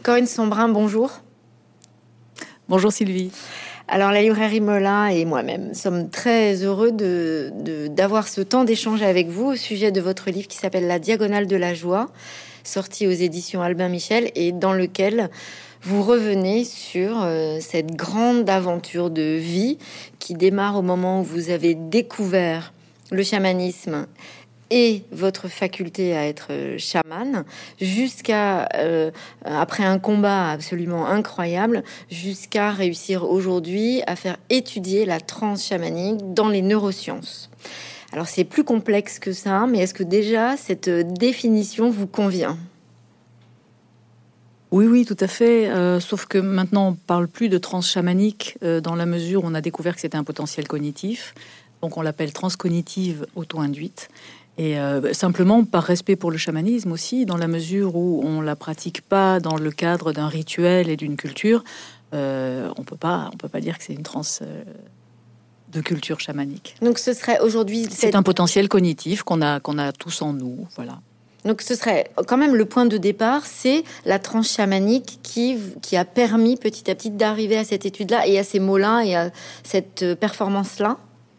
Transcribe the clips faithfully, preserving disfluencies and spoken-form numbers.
Corinne Sombrin, bonjour. Bonjour Sylvie. Alors la librairie Molin et moi-même sommes très heureux de, de, d'avoir ce temps d'échange avec vous au sujet de votre livre qui s'appelle La Diagonale de la Joie, sorti aux éditions Albin Michel et dans lequel vous revenez sur euh, cette grande aventure de vie qui démarre au moment où vous avez découvert le chamanisme et votre faculté à être chaman, jusqu'à, euh, après un combat absolument incroyable, jusqu'à réussir aujourd'hui à faire étudier la transe chamanique dans les neurosciences. Alors c'est plus complexe que ça, mais est-ce que déjà cette définition vous convient ? Oui, oui, tout à fait. Euh, sauf que maintenant, on parle plus de transe chamanique euh, dans la mesure où on a découvert que c'était un potentiel cognitif. Donc on l'appelle transe cognitive auto-induite. Et euh, simplement par respect pour le chamanisme aussi, dans la mesure où on la pratique pas dans le cadre d'un rituel et d'une culture, euh, on peut pas, on peut pas dire que c'est une transe euh, de culture chamanique. Donc ce serait aujourd'hui... C'est cette... un potentiel cognitif qu'on a, qu'on a tous en nous, voilà. Donc ce serait quand même le point de départ, c'est la transe chamanique qui, qui a permis petit à petit d'arriver à cette étude-là et à ces mots-là et à cette performance-là.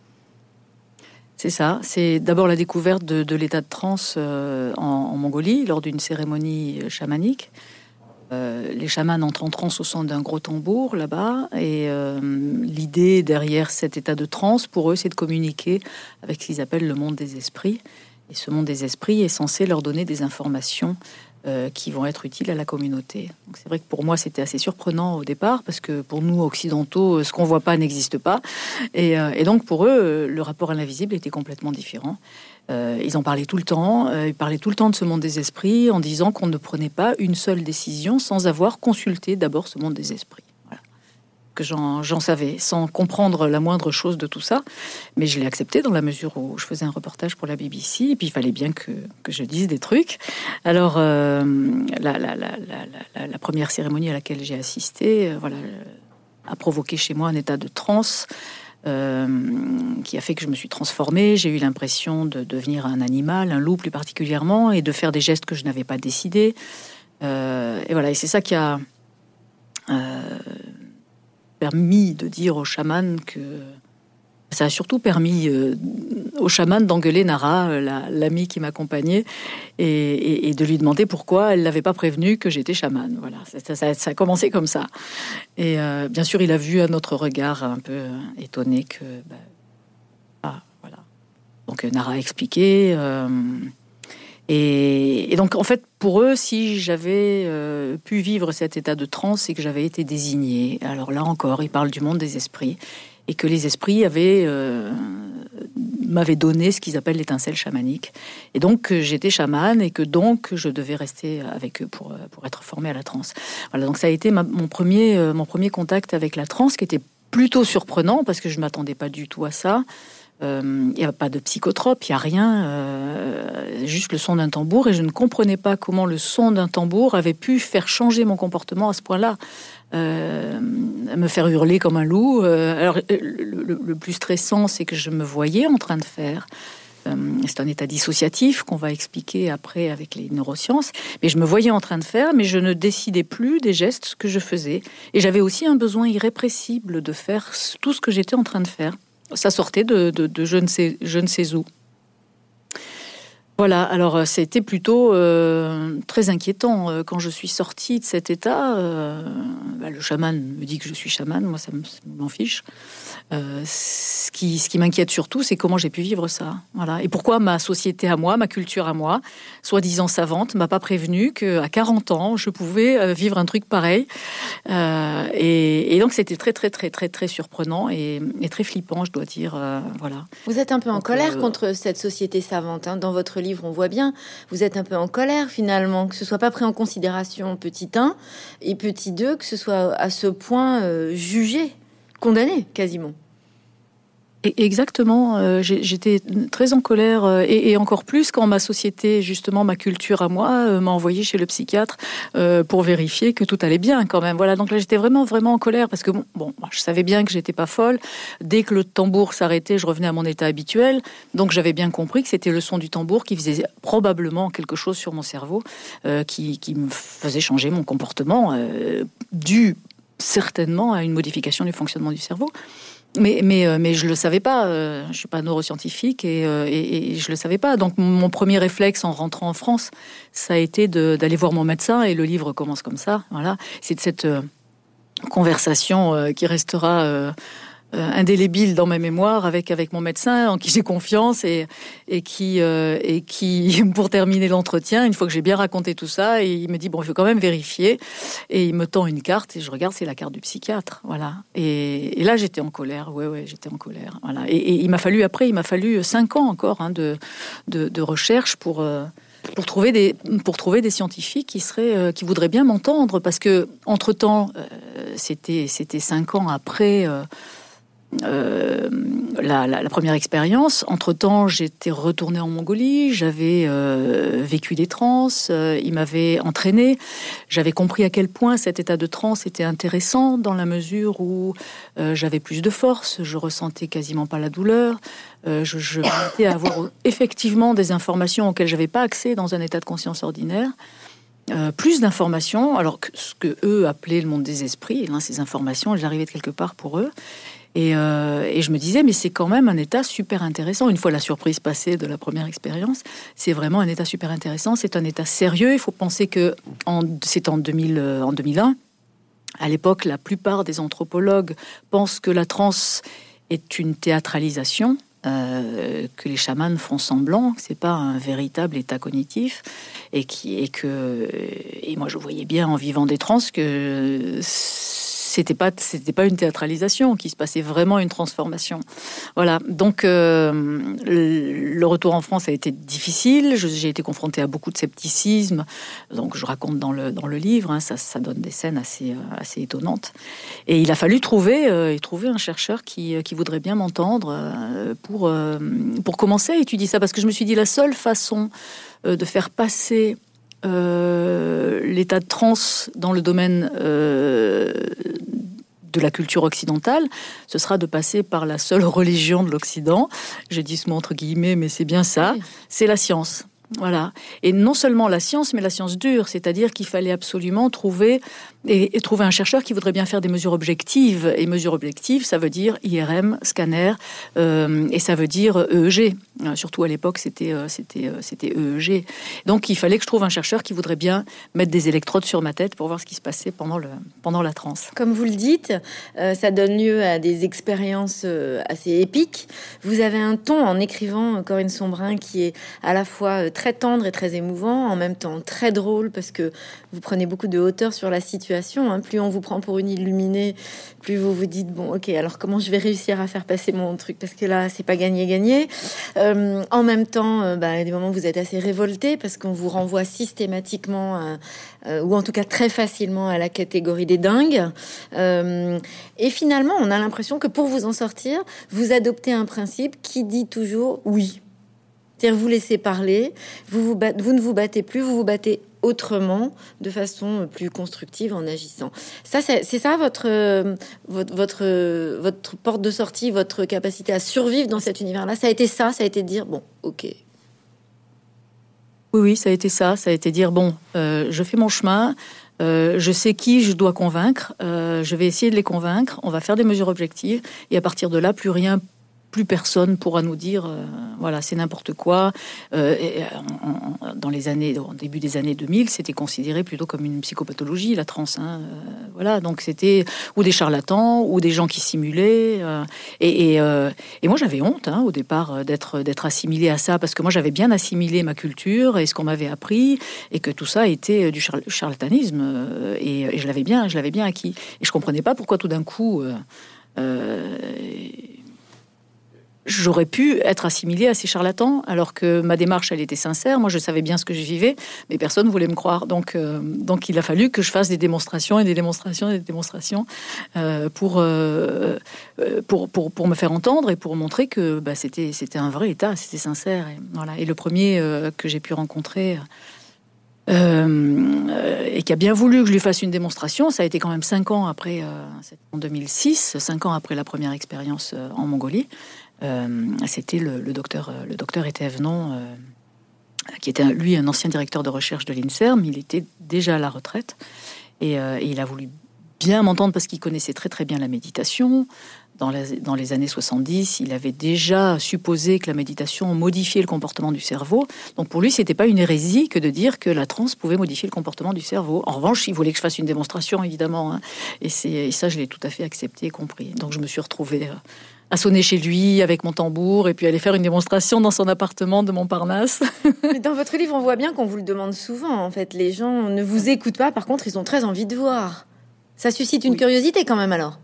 C'est ça, c'est d'abord la découverte de, de l'état de transe euh, en, en Mongolie lors d'une cérémonie chamanique. Euh, les chamans entrent en transe au son d'un gros tambour là-bas et euh, l'idée derrière cet état de transe pour eux c'est de communiquer avec ce qu'ils appellent le monde des esprits. Et ce monde des esprits est censé leur donner des informations euh, qui vont être utiles à la communauté. Donc c'est vrai que pour moi, c'était assez surprenant au départ, parce que pour nous, occidentaux, ce qu'on voit pas n'existe pas. Et, euh, et donc pour eux, le rapport à l'invisible était complètement différent. Euh, ils en parlaient tout le temps. Euh, ils parlaient tout le temps de ce monde des esprits, en disant qu'on ne prenait pas une seule décision sans avoir consulté d'abord ce monde des esprits. Que j'en, j'en savais, sans comprendre la moindre chose de tout ça. Mais je l'ai accepté dans la mesure où je faisais un reportage pour la B B C, et puis il fallait bien que, que je dise des trucs. Alors, euh, la, la, la, la, la, la première cérémonie à laquelle j'ai assisté, euh, voilà, a provoqué chez moi un état de transe euh, qui a fait que je me suis transformée. J'ai eu l'impression de devenir un animal, un loup plus particulièrement, et de faire des gestes que je n'avais pas décidés. Euh, et voilà, et c'est ça qui a... Euh, permis de dire au chaman que ça a surtout permis euh, au chaman d'engueuler Nara, la, l'amie qui m'accompagnait, et, et, et de lui demander pourquoi elle l'avait pas prévenu que j'étais chamane. Voilà, ça, ça, ça a commencé comme ça. Et euh, bien sûr, il a vu à notre regard un peu étonné que bah, ah voilà. Donc Nara a expliqué. Euh, Et, et donc, en fait, pour eux, si j'avais euh, pu vivre cet état de transe, c'est que j'avais été désignée. Alors là encore, ils parlent du monde des esprits. Et que les esprits avaient, euh, m'avaient donné ce qu'ils appellent l'étincelle chamanique. Et donc, que j'étais chamane et que donc, je devais rester avec eux pour, pour être formée à la transe. Voilà, donc ça a été ma, mon, premier, euh, mon premier contact avec la transe, qui était plutôt surprenant, parce que je ne m'attendais pas du tout à ça. Il euh, n'y a pas de psychotrope, il n'y a rien, euh, juste le son d'un tambour. Et je ne comprenais pas comment le son d'un tambour avait pu faire changer mon comportement à ce point-là. Euh, me faire hurler comme un loup. Euh, alors, le, le, le plus stressant, c'est que je me voyais en train de faire. Euh, c'est un état dissociatif qu'on va expliquer après avec les neurosciences. Mais je me voyais en train de faire, mais je ne décidais plus des gestes que je faisais. Et j'avais aussi un besoin irrépressible de faire tout ce que j'étais en train de faire. Ça sortait de, de, de je, ne sais, je ne sais où. Voilà, alors c'était plutôt euh, très inquiétant. Quand je suis sortie de cet état, euh, bah, le chaman me dit que je suis chamane, moi ça, me, ça m'en fiche. Euh, ce qui, ce qui m'inquiète surtout, c'est comment j'ai pu vivre ça. Voilà. Et pourquoi ma société à moi, ma culture à moi, soi-disant savante, m'a pas prévenu qu'à quarante ans, je pouvais vivre un truc pareil. Euh, et, et donc c'était très, très, très, très, très surprenant et, et très flippant, je dois dire. Euh, voilà. Vous êtes un peu en donc, colère euh, contre cette société savante. Hein. Dans votre livre, on voit bien, vous êtes un peu en colère finalement, que ce soit pas pris en considération petit un et petit deux, que ce soit à ce point euh, jugé, condamné quasiment. Exactement, euh, j'étais très en colère euh, et, et encore plus quand ma société, justement ma culture à moi, euh, m'a envoyé chez le psychiatre euh, pour vérifier que tout allait bien quand même. Voilà, donc là j'étais vraiment vraiment en colère parce que bon, bon je savais bien que j'étais pas folle. Dès que le tambour s'arrêtait, je revenais à mon état habituel. Donc j'avais bien compris que c'était le son du tambour qui faisait probablement quelque chose sur mon cerveau, euh, qui, qui me faisait changer mon comportement, euh, dû certainement à une modification du fonctionnement du cerveau. Mais, mais, euh, mais je le savais pas. Euh, je suis pas neuroscientifique et, euh, et, et je le savais pas. Donc mon premier réflexe en rentrant en France, ça a été de, d'aller voir mon médecin et le livre commence comme ça. Voilà, c'est de cette euh, conversation euh, qui restera euh, euh, indélébile dans ma mémoire avec avec mon médecin en qui j'ai confiance et et qui euh, et qui pour terminer l'entretien, une fois que j'ai bien raconté tout ça, et il me dit bon, il faut quand même vérifier, et il me tend une carte et je regarde, c'est la carte du psychiatre, voilà. Et, et là j'étais en colère, ouais ouais, j'étais en colère, voilà. Et, et il m'a fallu après, il m'a fallu cinq ans encore hein, de, de de recherche pour euh, pour trouver des pour trouver des scientifiques qui seraient euh, qui voudraient bien m'entendre, parce que entre temps euh, c'était c'était cinq ans après. Euh, Euh, la, la, la première expérience. Entre-temps, j'étais retournée en Mongolie, j'avais euh, vécu des transes, euh, il m'avait entraînée. J'avais compris à quel point cet état de transe était intéressant dans la mesure où euh, j'avais plus de force, je ressentais quasiment pas la douleur, euh, je, je m'étais à avoir effectivement des informations auxquelles j'avais pas accès dans un état de conscience ordinaire. Euh, plus d'informations, alors que ce que eux appelaient le monde des esprits, hein, ces informations, elles arrivaient de quelque part pour eux. Et, euh, et je me disais, mais c'est quand même un état super intéressant. Une fois la surprise passée de la première expérience, c'est vraiment un état super intéressant. C'est un état sérieux. Il faut penser que en, c'est en, deux mille, euh, en deux mille un. À l'époque, la plupart des anthropologues pensent que la transe est une théâtralisation, euh, que les chamans font semblant, que c'est pas un véritable état cognitif, et qui et que et moi je voyais bien en vivant des transes que c'était pas c'était pas une théâtralisation, qu'il se passait vraiment une transformation. Voilà. Donc euh, le retour en France a été difficile. Je, j'ai été confrontée à beaucoup de scepticisme. Donc je raconte dans le dans le livre. Hein, ça ça donne des scènes assez assez étonnantes. Et il a fallu trouver euh, trouver un chercheur qui qui voudrait bien m'entendre euh, pour euh, pour commencer à étudier ça, parce que je me suis dit la seule façon euh, de faire passer Euh, l'état de transe dans le domaine euh, de la culture occidentale, ce sera de passer par la seule religion de l'Occident. J'ai dit ce mot entre guillemets, mais c'est bien ça, oui. C'est la science. Voilà. Et non seulement la science, mais la science dure, c'est-à-dire qu'il fallait absolument trouver et, et trouver un chercheur qui voudrait bien faire des mesures objectives. Et mesures objectives, ça veut dire I R M, scanner, euh, et ça veut dire E E G. Surtout à l'époque, c'était, euh, c'était, euh, c'était E E G. Donc il fallait que je trouve un chercheur qui voudrait bien mettre des électrodes sur ma tête pour voir ce qui se passait pendant, le, pendant la transe. Comme vous le dites, euh, ça donne lieu à des expériences euh, assez épiques. Vous avez un ton en écrivant, Corinne Sombrin, qui est à la fois très très tendre et très émouvant, en même temps très drôle, parce que vous prenez beaucoup de hauteur sur la situation. Hein. Plus on vous prend pour une illuminée, plus vous vous dites bon, ok, alors comment je vais réussir à faire passer mon truc, parce que là, c'est pas gagné gagné. Euh, en même temps, euh, bah, des moments où vous êtes assez révolté parce qu'on vous renvoie systématiquement, à, euh, ou en tout cas très facilement, à la catégorie des dingues. Euh, et finalement, on a l'impression que pour vous en sortir, vous adoptez un principe qui dit toujours oui. C'est-à-dire vous laissez parler, vous, vous, bat- vous ne vous battez plus, vous vous battez autrement, de façon plus constructive en agissant. Ça, c'est, c'est ça votre, euh, votre, votre, euh, votre porte de sortie, votre capacité à survivre dans cet univers-là. Ça a été ça, ça a été de dire, bon, ok. Oui, oui, ça a été ça. Ça a été dire, bon, euh, je fais mon chemin, euh, je sais qui je dois convaincre, euh, je vais essayer de les convaincre, on va faire des mesures objectives, et à partir de là, plus rien plus personne pourra nous dire euh, voilà, c'est n'importe quoi. Euh, et, en, en, dans les années, au début des années deux mille, c'était considéré plutôt comme une psychopathologie, la transe. Hein, euh, voilà, donc c'était ou des charlatans ou des gens qui simulaient. Euh, et, et, euh, et moi, j'avais honte hein, au départ d'être d'être assimilée à ça, parce que moi, j'avais bien assimilé ma culture et ce qu'on m'avait appris, et que tout ça était du charl- charlatanisme. Euh, et, et je l'avais bien, je l'avais bien acquis. Et je comprenais pas pourquoi tout d'un coup. Euh, euh, j'aurais pu être assimilée à ces charlatans, alors que ma démarche, elle était sincère. Moi, je savais bien ce que je vivais, mais personne ne voulait me croire. Donc, euh, donc, il a fallu que je fasse des démonstrations et des démonstrations et des démonstrations euh, pour, euh, pour, pour, pour me faire entendre et pour montrer que bah, c'était, c'était un vrai état, c'était sincère. Et, voilà. Et le premier euh, que j'ai pu rencontrer... Euh, et qui a bien voulu que je lui fasse une démonstration. Ça a été quand même cinq ans après, euh, en deux mille six, cinq ans après la première expérience euh, en Mongolie. Euh, c'était le, le docteur, le docteur était Evenon, euh, qui était lui un ancien directeur de recherche de l'INSERM. Il était déjà à la retraite et, euh, et il a voulu bien m'entendre parce qu'il connaissait très très bien la méditation. Dans les, dans les années soixante-dix, il avait déjà supposé que la méditation modifiait le comportement du cerveau. Donc pour lui, c'était pas une hérésie que de dire que la transe pouvait modifier le comportement du cerveau. En revanche, il voulait que je fasse une démonstration, évidemment. Hein. Et, c'est, et ça, je l'ai tout à fait accepté et compris. Donc je me suis retrouvée euh, à sonner chez lui avec mon tambour et puis aller faire une démonstration dans son appartement de Montparnasse. Mais dans votre livre, on voit bien qu'on vous le demande souvent. En fait, les gens ne vous écoutent pas. Par contre, ils ont très envie de voir. Ça suscite une oui. curiosité quand même alors.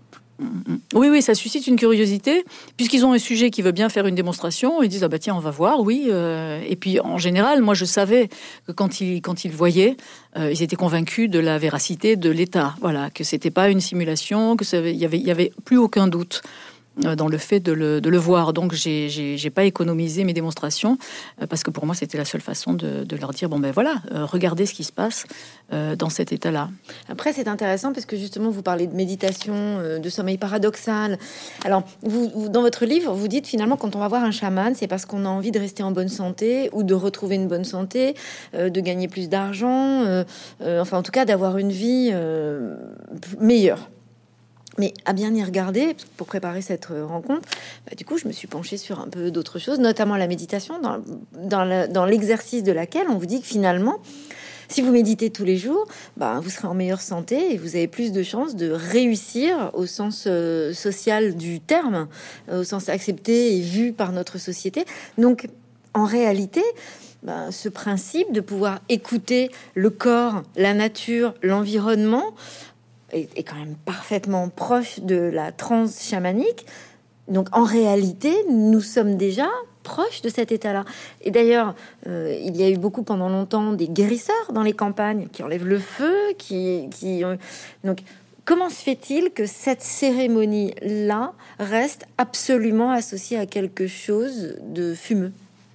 Oui, oui, ça suscite une curiosité, puisqu'ils ont un sujet qui veut bien faire une démonstration, ils disent « Ah bah tiens, on va voir, oui euh, ». Et puis, en général, moi, je savais que quand ils, quand ils voyaient, euh, ils étaient convaincus de la véracité de l'état, voilà, que c'était pas une simulation, que ça, il y avait, il y avait plus aucun doute dans le fait de le, de le voir. Donc, j'ai, j'ai, j'ai pas économisé mes démonstrations euh, parce que pour moi, c'était la seule façon de, de leur dire bon ben voilà, euh, regardez ce qui se passe euh, dans cet état-là. Après, c'est intéressant parce que justement, vous parlez de méditation, euh, de sommeil paradoxal. Alors, vous, vous, dans votre livre, vous dites finalement quand on va voir un chaman, c'est parce qu'on a envie de rester en bonne santé ou de retrouver une bonne santé, euh, de gagner plus d'argent, euh, euh, enfin en tout cas d'avoir une vie euh, meilleure. Mais à bien y regarder, pour préparer cette rencontre, bah, du coup, je me suis penchée sur un peu d'autres choses, notamment la méditation, dans, dans, la, dans l'exercice de laquelle on vous dit que finalement, si vous méditez tous les jours, bah, vous serez en meilleure santé et vous avez plus de chances de réussir au sens euh, social du terme, euh, au sens accepté et vu par notre société. Donc, en réalité, bah, ce principe de pouvoir écouter le corps, la nature, l'environnement, est quand même parfaitement proche de la transe chamanique. Donc, en réalité, nous sommes déjà proches de cet état-là. Et d'ailleurs, euh, il y a eu beaucoup pendant longtemps des guérisseurs dans les campagnes qui enlèvent le feu, qui... qui ont... Donc, comment se fait-il que cette cérémonie-là reste absolument associée à quelque chose de fumeux ?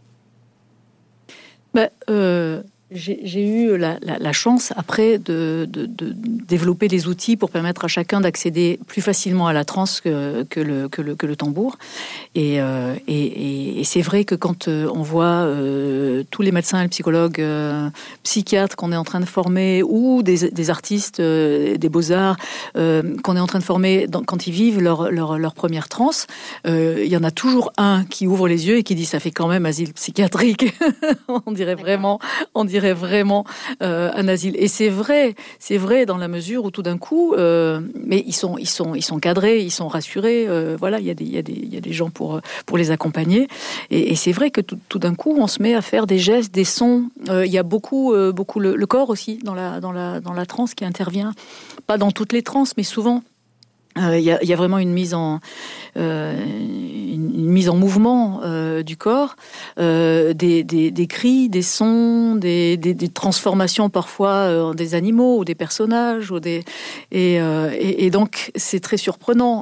Ben, euh... J'ai, j'ai eu la, la, la chance après de, de, de développer des outils pour permettre à chacun d'accéder plus facilement à la transe que, que, le, que, le, que le tambour. Et, euh, et, et, et c'est vrai que quand on voit euh, tous les médecins et les psychologues, euh, psychiatres qu'on est en train de former ou des, des artistes, euh, des beaux-arts euh, qu'on est en train de former dans, quand ils vivent leur, leur, leur première transe, euh, il y en a toujours un qui ouvre les yeux et qui dit « ça fait quand même asile psychiatrique ». On dirait vraiment... On dirait vraiment euh, un asile. Et c'est vrai, c'est vrai dans la mesure où tout d'un coup, euh, mais ils sont, ils sont, ils sont cadrés, ils sont rassurés. Euh, voilà, il y a des, il y a des, il y a des gens pour pour les accompagner. Et, et c'est vrai que tout, tout d'un coup, on se met à faire des gestes, des sons. Euh, il y a beaucoup, euh, beaucoup le, le corps aussi dans la, dans la, dans la transe qui intervient. Pas dans toutes les transes, mais souvent. Il euh, y, y a vraiment une mise en euh, une, une mise en mouvement euh, du corps, euh, des, des, des cris, des sons, des, des, des transformations parfois euh, des animaux ou des personnages ou des et, euh, et, et donc c'est très surprenant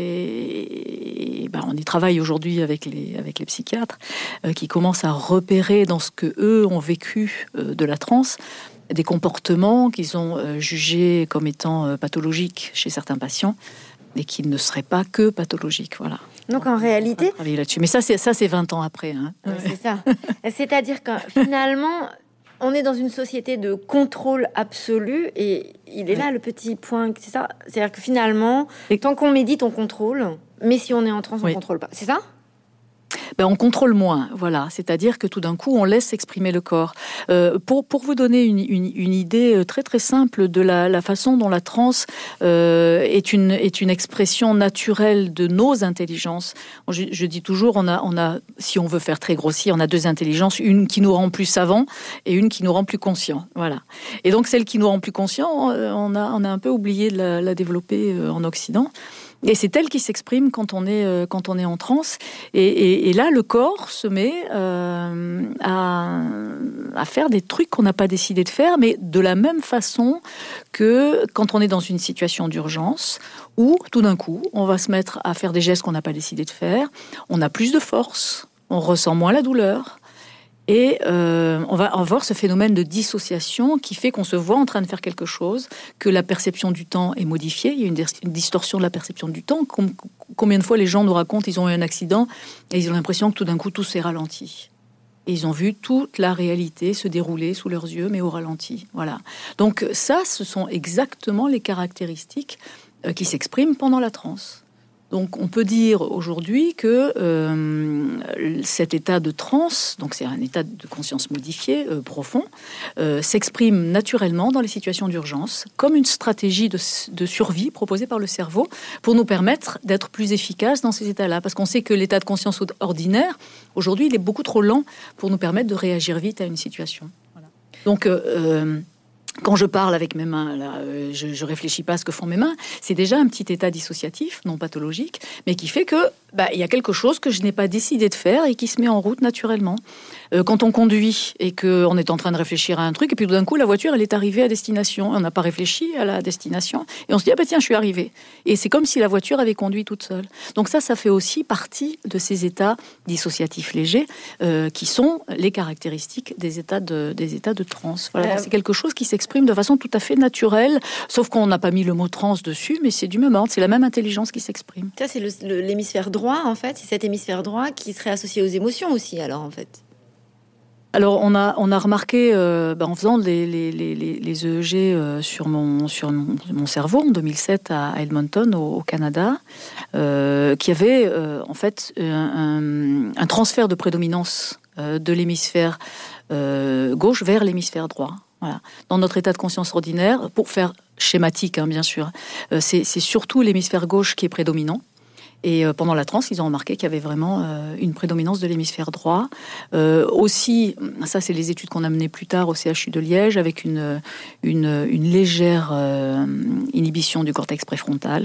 et, et ben, on y travaille aujourd'hui avec les avec les psychiatres euh, qui commencent à repérer dans ce que eux ont vécu euh, de la transe des comportements qu'ils ont euh, jugés comme étant euh, pathologiques chez certains patients et qui ne seraient pas que pathologiques, voilà. Donc en réalité, là-dessus. Mais ça c'est ça c'est vingt ans après. Hein. Ouais, c'est ça. C'est-à-dire que finalement, on est dans une société de contrôle absolu et il est ouais. là le petit point. C'est ça. C'est-à-dire que finalement, et tant qu'on médite, on contrôle, mais si on est en transe, on oui. contrôle pas. C'est ça? Ben, on contrôle moins, voilà. C'est-à-dire que tout d'un coup, on laisse exprimer le corps. Euh, pour pour vous donner une, une, une idée très très simple de la, la façon dont la transe euh, est une est une expression naturelle de nos intelligences. Je, je dis toujours, on a on a si on veut faire très grossier, on a deux intelligences, une qui nous rend plus savants et une qui nous rend plus conscients. Voilà. Et donc celle qui nous rend plus conscients, on a on a un peu oublié de la, la développer en Occident. Et c'est elle qui s'exprime quand on est, euh, quand on est en transe. Et, et, et là, le corps se met euh, à, à faire des trucs qu'on n'a pas décidé de faire, mais de la même façon que quand on est dans une situation d'urgence, où tout d'un coup, on va se mettre à faire des gestes qu'on n'a pas décidé de faire. On a plus de force, on ressent moins la douleur. Et euh, on va avoir ce phénomène de dissociation qui fait qu'on se voit en train de faire quelque chose, que la perception du temps est modifiée. Il y a une, une distorsion de la perception du temps. Com- combien de fois les gens nous racontent ils ont eu un accident et ils ont l'impression que tout d'un coup tout s'est ralenti. Et ils ont vu toute la réalité se dérouler sous leurs yeux, mais au ralenti. Voilà. Donc ça, ce sont exactement les caractéristiques euh, qui s'expriment pendant la transe. Donc, on peut dire aujourd'hui que euh, cet état de transe, donc c'est un état de conscience modifié, euh, profond, euh, s'exprime naturellement dans les situations d'urgence, comme une stratégie de, de survie proposée par le cerveau pour nous permettre d'être plus efficaces dans ces états-là. Parce qu'on sait que l'état de conscience ordinaire, aujourd'hui, il est beaucoup trop lent pour nous permettre de réagir vite à une situation. Voilà. Donc, euh, quand je parle avec mes mains, là, euh, je, je réfléchis pas à ce que font mes mains. C'est déjà un petit état dissociatif, non pathologique, mais qui fait que bah, il y a quelque chose que je n'ai pas décidé de faire et qui se met en route naturellement. Euh, quand on conduit et qu'on est en train de réfléchir à un truc, et puis tout d'un coup, la voiture, elle est arrivée à destination. On n'a pas réfléchi à la destination. Et on se dit, ah bah tiens, je suis arrivé. Et c'est comme si la voiture avait conduit toute seule. Donc ça, ça fait aussi partie de ces états dissociatifs légers euh, qui sont les caractéristiques des états de, des états de transe. Voilà, euh... c'est quelque chose qui s'exprime de façon tout à fait naturelle, sauf qu'on n'a pas mis le mot transe dessus, mais c'est du même ordre, c'est la même intelligence qui s'exprime. Ça, c'est le, le, l'hémisphère droit, en fait. C'est cet hémisphère droit qui serait associé aux émotions aussi, alors, en fait. Alors, on a, on a remarqué, euh, bah, en faisant les, les, les, les E E G euh, sur, mon, sur mon, mon cerveau, en deux mille sept à Edmonton, au, au Canada, euh, qu'il y avait, euh, en fait, un, un, un transfert de prédominance euh, de l'hémisphère euh, gauche vers l'hémisphère droit. Voilà. Dans notre état de conscience ordinaire, pour faire schématique, hein, bien sûr, euh, c'est, c'est surtout l'hémisphère gauche qui est prédominant. Et euh, pendant la transe, ils ont remarqué qu'il y avait vraiment euh, une prédominance de l'hémisphère droit. Euh, aussi, ça c'est les études qu'on a menées plus tard au C H U de Liège, avec une, une, une légère euh, inhibition du cortex préfrontal.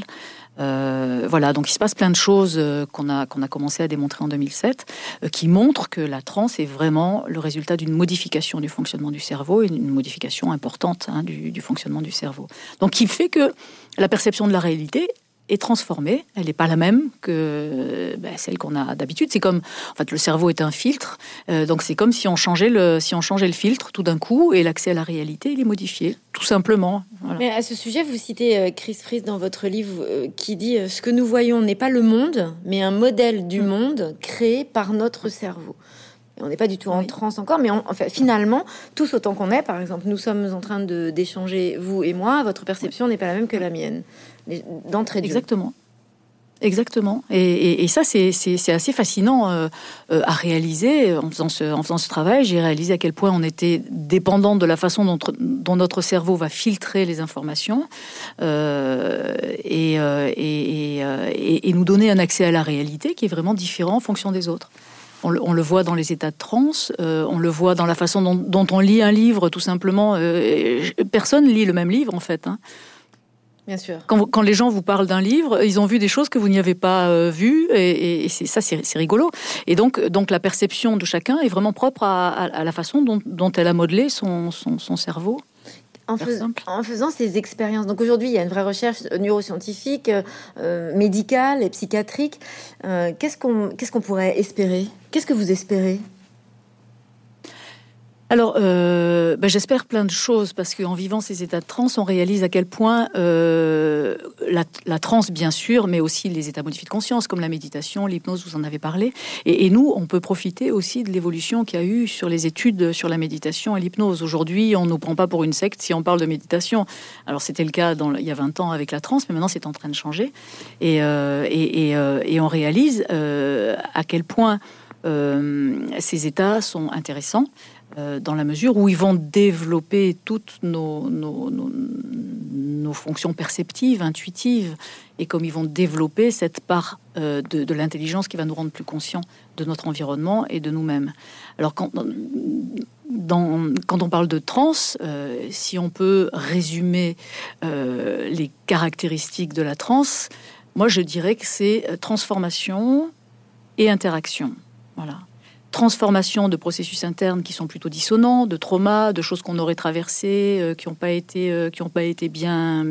Euh, voilà, donc il se passe plein de choses euh, qu'on a, qu'on a commencé à démontrer en deux mille sept, euh, qui montrent que la transe est vraiment le résultat d'une modification du fonctionnement du cerveau, et une modification importante hein, du, du fonctionnement du cerveau. Donc qui fait que la perception de la réalité est transformée, elle n'est pas la même que ben, celle qu'on a d'habitude. C'est comme, en fait, le cerveau est un filtre, euh, donc c'est comme si on changeait le, si on changeait le filtre tout d'un coup, et l'accès à la réalité, il est modifié, tout simplement. Voilà. Mais à ce sujet, vous citez euh, Chris Fries dans votre livre euh, qui dit euh, « Ce que nous voyons n'est pas le monde, mais un modèle du mmh. monde créé par notre cerveau ». Et on n'est pas du tout en oui. transe encore, mais on, enfin, finalement, tous autant qu'on est, par exemple, nous sommes en train de, d'échanger, vous et moi, votre perception oui. n'est pas la même que la mienne, d'entrée de jeu. Exactement. Exactement. Et, et, et ça, c'est, c'est, c'est assez fascinant euh, euh, à réaliser. En faisant, ce, en faisant ce travail, j'ai réalisé à quel point on était dépendant de la façon dont, dont notre cerveau va filtrer les informations euh, et, euh, et, et, et nous donner un accès à la réalité qui est vraiment différent en fonction des autres. On le, on le voit dans les états de transe, euh, on le voit dans la façon dont, dont on lit un livre, tout simplement. Euh, personne lit le même livre, en fait. Hein. Bien sûr. Quand, quand les gens vous parlent d'un livre, ils ont vu des choses que vous n'y avez pas euh, vues, et, et c'est, ça, c'est, c'est rigolo. Et donc, donc, la perception de chacun est vraiment propre à, à, à la façon dont, dont elle a modelé son, son, son cerveau. En, fais, en faisant ces expériences, donc aujourd'hui il y a une vraie recherche neuroscientifique, euh, médicale et psychiatrique. Euh, qu'est-ce qu'on, qu'est-ce qu'on pourrait espérer ? Qu'est-ce que vous espérez ? Alors, euh, ben j'espère plein de choses, parce qu'en vivant ces états de transe, on réalise à quel point euh, la, la transe, bien sûr, mais aussi les états modifiés de conscience, comme la méditation, l'hypnose, vous en avez parlé. Et, et nous, on peut profiter aussi de l'évolution qu'il y a eu sur les études sur la méditation et l'hypnose. Aujourd'hui, on ne nous prend pas pour une secte si on parle de méditation. Alors, c'était le cas dans, il y a vingt ans avec la transe, mais maintenant, c'est en train de changer. Et, euh, et, et, euh, et on réalise euh, à quel point euh, ces états sont intéressants, Euh, dans la mesure où ils vont développer toutes nos, nos, nos, nos fonctions perceptives, intuitives, et comme ils vont développer cette part euh, de, de l'intelligence qui va nous rendre plus conscients de notre environnement et de nous-mêmes. Alors, quand, dans, quand on parle de transe, euh, si on peut résumer euh, les caractéristiques de la transe, moi, je dirais que c'est transformation et interaction. Voilà. Transformation de processus internes qui sont plutôt dissonants, de traumas, de choses qu'on aurait traversées, euh, qui n'ont pas été, euh, qui n'ont pas été bien,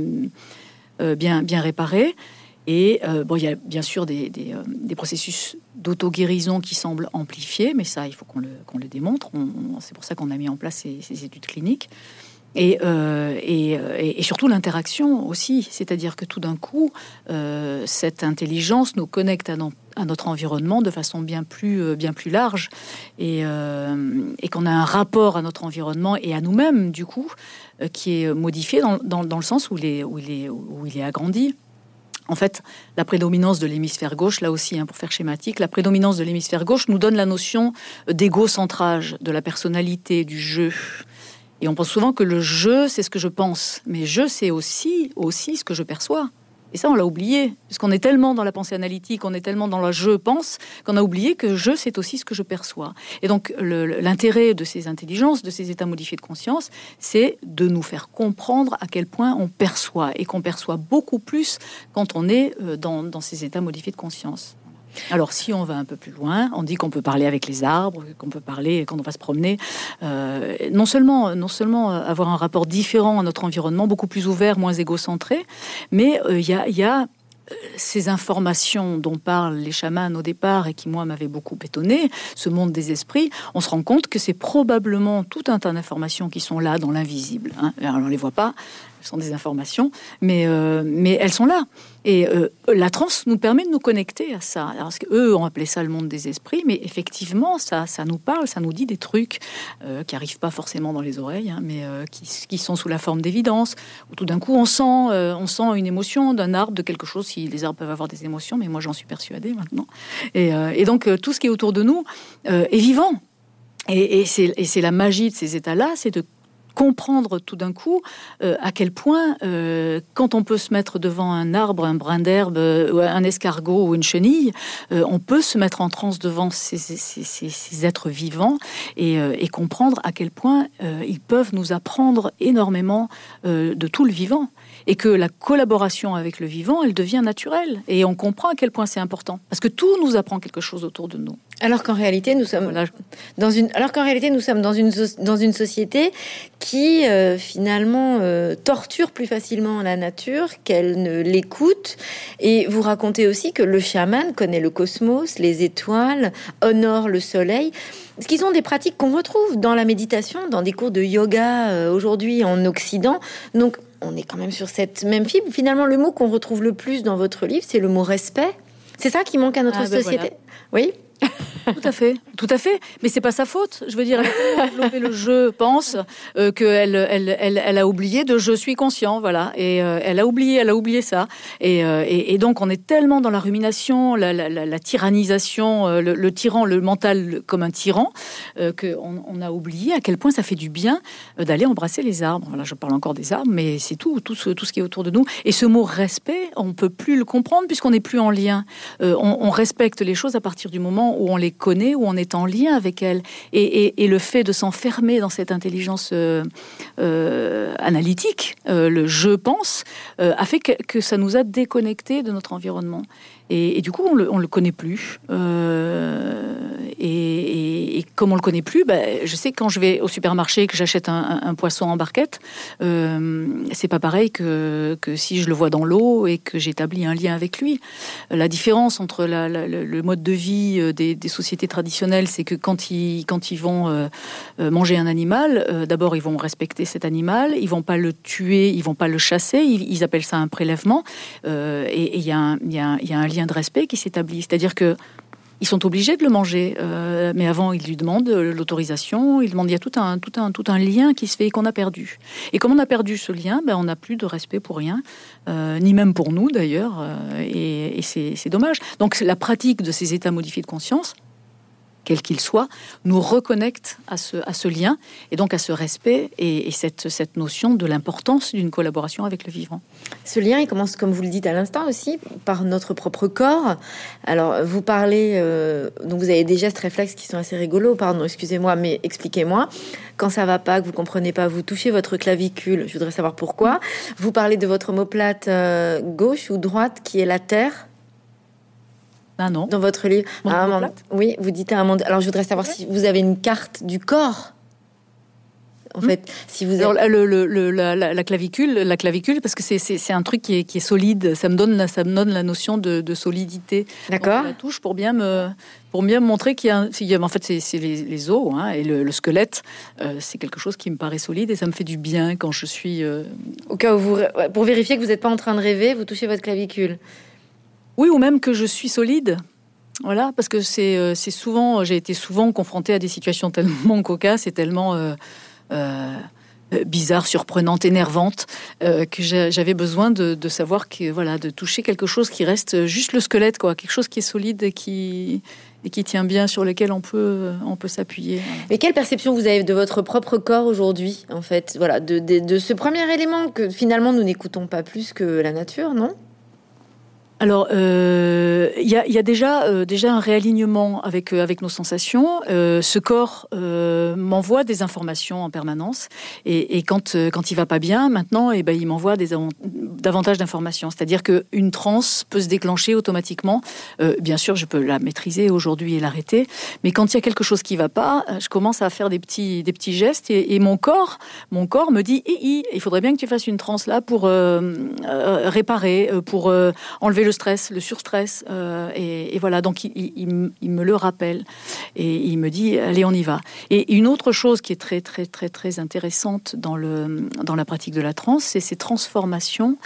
euh, bien, bien réparées. Et euh, bon, il y a bien sûr des, des, euh, des processus d'auto-guérison qui semblent amplifiés, mais ça, il faut qu'on le, qu'on le démontre. On, on, c'est pour ça qu'on a mis en place ces, ces études cliniques. Et, euh, et, et, et surtout l'interaction aussi, c'est-à-dire que tout d'un coup, euh, cette intelligence nous connecte à, no- à notre environnement de façon bien plus, euh, bien plus large, et, euh, et qu'on a un rapport à notre environnement et à nous-mêmes, du coup, euh, qui est modifié dans, dans, dans le sens où il est, où il est, où il est agrandi. En fait, la prédominance de l'hémisphère gauche, là aussi, hein, pour faire schématique, la prédominance de l'hémisphère gauche nous donne la notion d'égocentrage, de la personnalité, du jeu. Et on pense souvent que le je, c'est ce que je pense. Mais je, c'est aussi, aussi ce que je perçois. Et ça, on l'a oublié. Parce qu'on est tellement dans la pensée analytique, on est tellement dans le je pense, qu'on a oublié que je, c'est aussi ce que je perçois. Et donc, le, l'intérêt de ces intelligences, de ces états modifiés de conscience, c'est de nous faire comprendre à quel point on perçoit. Et qu'on perçoit beaucoup plus quand on est dans, dans ces états modifiés de conscience. Alors, si on va un peu plus loin, on dit qu'on peut parler avec les arbres, qu'on peut parler quand on va se promener. Euh, non seulement, non seulement avoir un rapport différent à notre environnement, beaucoup plus ouvert, moins égocentré, mais il euh, y a, y a ces informations dont parlent les chamans au départ et qui, moi, m'avaient beaucoup étonné, ce monde des esprits, on se rend compte que c'est probablement tout un tas d'informations qui sont là dans l'invisible. Hein. Alors, on ne les voit pas, ce sont des informations, mais, euh, mais elles sont là. Et euh, la transe nous permet de nous connecter à ça. Alors, parce qu'eux ont appelé ça le monde des esprits, mais effectivement, ça, ça nous parle, ça nous dit des trucs euh, qui n'arrivent pas forcément dans les oreilles, hein, mais euh, qui, qui sont sous la forme d'évidence, où tout d'un coup, on sent, euh, on sent une émotion d'un arbre, de quelque chose. Si les arbres peuvent avoir des émotions, mais moi, j'en suis persuadée maintenant. Et, euh, et donc, euh, tout ce qui est autour de nous euh, est vivant. Et, et, c'est, et c'est la magie de ces états-là, c'est de comprendre tout d'un coup euh, à quel point, euh, quand on peut se mettre devant un arbre, un brin d'herbe, euh, un escargot ou une chenille, euh, on peut se mettre en transe devant ces, ces, ces, ces êtres vivants et, euh, et comprendre à quel point euh, ils peuvent nous apprendre énormément euh, de tout le vivant. Et que la collaboration avec le vivant, elle devient naturelle. Et on comprend à quel point c'est important. Parce que tout nous apprend quelque chose autour de nous. Alors qu'en réalité, nous sommes voilà. dans une, alors qu'en réalité, nous sommes dans une, dans une société qui, euh, finalement, euh, torture plus facilement la nature qu'elle ne l'écoute. Et vous racontez aussi que le chaman connaît le cosmos, les étoiles, honore le soleil. Ce qui sont des pratiques qu'on retrouve dans la méditation, dans des cours de yoga euh, aujourd'hui en Occident. Donc, on est quand même sur cette même fibre. Finalement, le mot qu'on retrouve le plus dans votre livre, c'est le mot respect. C'est ça qui manque à notre ah, ben société. Voilà. Oui. Tout à fait, tout à fait. Mais c'est pas sa faute. Je veux dire, elle a développé le je pense euh, qu'elle, elle, elle, elle a oublié de je suis conscient, voilà. Et euh, elle a oublié, elle a oublié ça. Et, euh, et, et donc on est tellement dans la rumination, la, la, la, la tyrannisation, euh, le, le tyran, le mental comme un tyran, euh, qu'on on a oublié à quel point ça fait du bien euh, d'aller embrasser les arbres. Voilà, je parle encore des arbres, mais c'est tout, tout ce, tout ce qui est autour de nous. Et ce mot respect, on peut plus le comprendre puisqu'on n'est plus en lien. Euh, on, on respecte les choses à partir du moment où on les connaît, où on est en lien avec elles. Et, et, et le fait de s'enfermer dans cette intelligence euh, euh, analytique, euh, le « je pense euh, », a fait que, que ça nous a déconnectés de notre environnement. Et, et du coup, on le, on le connaît plus. Euh, et, et, et comme on le connaît plus, ben, je sais que quand je vais au supermarché, que j'achète un, un, un poisson en barquette, euh, c'est pas pareil que, que si je le vois dans l'eau et que j'établis un lien avec lui. La différence entre la, la, le mode de vie des, des sociétés traditionnelles, c'est que quand ils, quand ils vont euh, manger un animal, euh, d'abord ils vont respecter cet animal, ils vont pas le tuer, ils vont pas le chasser, ils, ils appellent ça un prélèvement. Euh, et il y a un, il y a un, il y a un lien de respect qui s'établit, c'est-à-dire que ils sont obligés de le manger, euh, mais avant ils lui demandent l'autorisation, ils demandent, il y a tout un, tout un, tout un lien qui se fait et qu'on a perdu. Et comme on a perdu ce lien, ben, on n'a plus de respect pour rien, euh, ni même pour nous d'ailleurs, euh, et, et c'est, c'est dommage. Donc la pratique de ces états modifiés de conscience, quel qu'il soit, nous reconnecte à ce, à ce lien et donc à ce respect et, et cette, cette notion de l'importance d'une collaboration avec le vivant. Ce lien, il commence, comme vous le dites à l'instant aussi, par notre propre corps. Alors, vous parlez, euh, donc vous avez des gestes réflexes qui sont assez rigolos, pardon, excusez-moi, mais expliquez-moi. Quand ça va pas, que vous comprenez pas, vous touchez votre clavicule, je voudrais savoir pourquoi. Vous parlez de votre omoplate euh, gauche ou droite qui est la terre. Ah non. Dans votre livre. Ah, un moment, oui, vous dites à un moment. Alors, je voudrais savoir si vous avez une carte du corps. En fait, mmh. si vous avez... Alors, le, le, le, la, la clavicule, la clavicule, parce que c'est, c'est, c'est un truc qui est, qui est solide. Ça me donne, ça me donne la notion de, de solidité. D'accord. Donc, la touche pour bien me, pour bien me montrer qu'il y a, un, il y a en fait, c'est, c'est les, les os hein, et le, le squelette. Euh, c'est quelque chose qui me paraît solide et ça me fait du bien quand je suis. Euh... Au cas où vous, pour vérifier que vous n'êtes pas en train de rêver, vous touchez votre clavicule. Oui, ou même que je suis solide. Voilà, parce que c'est, c'est souvent, j'ai été souvent confrontée à des situations tellement cocasses et tellement euh, euh, bizarres, surprenantes, énervantes, euh, que j'avais besoin de, de savoir que, voilà, de toucher quelque chose qui reste juste le squelette, quoi, quelque chose qui est solide et qui et qui tient bien, sur lequel on peut, on peut s'appuyer. Mais quelle perception vous avez de votre propre corps aujourd'hui, en fait, voilà, de, de, de ce premier élément que finalement nous n'écoutons pas plus que la nature, non ? Alors, il euh, y, a, y a déjà, euh, déjà un réalignement avec, euh, avec nos sensations. Euh, ce corps euh, m'envoie des informations en permanence. Et, et quand, euh, quand il va pas bien, maintenant, eh ben, il m'envoie des, davantage d'informations. C'est-à-dire qu'une transe peut se déclencher automatiquement. Euh, bien sûr, je peux la maîtriser aujourd'hui et l'arrêter. Mais quand il y a quelque chose qui va pas, je commence à faire des petits, des petits gestes. Et, et mon corps, mon corps me dit hi, hi, il faudrait bien que tu fasses une transe là pour euh, euh, réparer, pour euh, enlever le stress, le surstress, euh, et, et voilà, donc il, il, il me le rappelle et il me dit allez, on y va. Et une autre chose qui est très très très très intéressante dans le dans la pratique de la transe, c'est ces transformations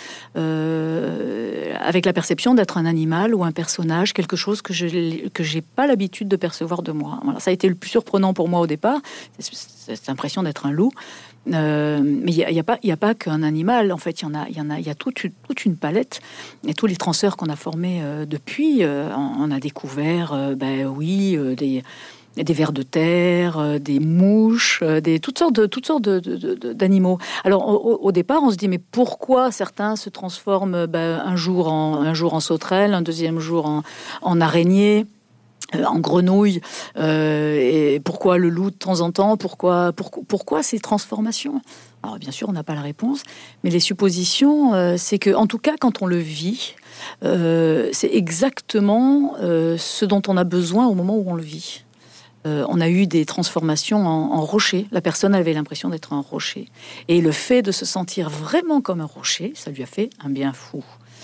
euh, avec la perception d'être un animal ou un personnage, quelque chose que je que j'ai pas l'habitude de percevoir de moi. Voilà, ça a été le plus surprenant pour moi au départ, cette impression d'être un loup. Euh, mais il n'y a, a pas, il y a pas qu'un animal. En fait, il y en a, il y en a, il y a toute une, toute une palette. Et tous les transeurs qu'on a formés euh, depuis, euh, on, on a découvert, euh, ben oui, euh, des, des vers de terre, euh, des mouches, euh, des toutes sortes de, toutes sortes de, de, de, d'animaux. Alors, au, au départ, on se dit mais pourquoi certains se transforment ben, un jour en, un jour en sauterelle, un deuxième jour en, en araignée. Euh, en grenouille, euh, et pourquoi le loup de temps en temps, pourquoi, pourquoi, pourquoi ces transformations ? Alors bien sûr, on n'a pas la réponse, mais les suppositions, euh, c'est que, en tout cas, quand on le vit, euh, c'est exactement euh, ce dont on a besoin au moment où on le vit. Euh, on a eu des transformations en, en rocher. La personne avait l'impression d'être un rocher, et le fait de se sentir vraiment comme un rocher, ça lui a fait un bien fou.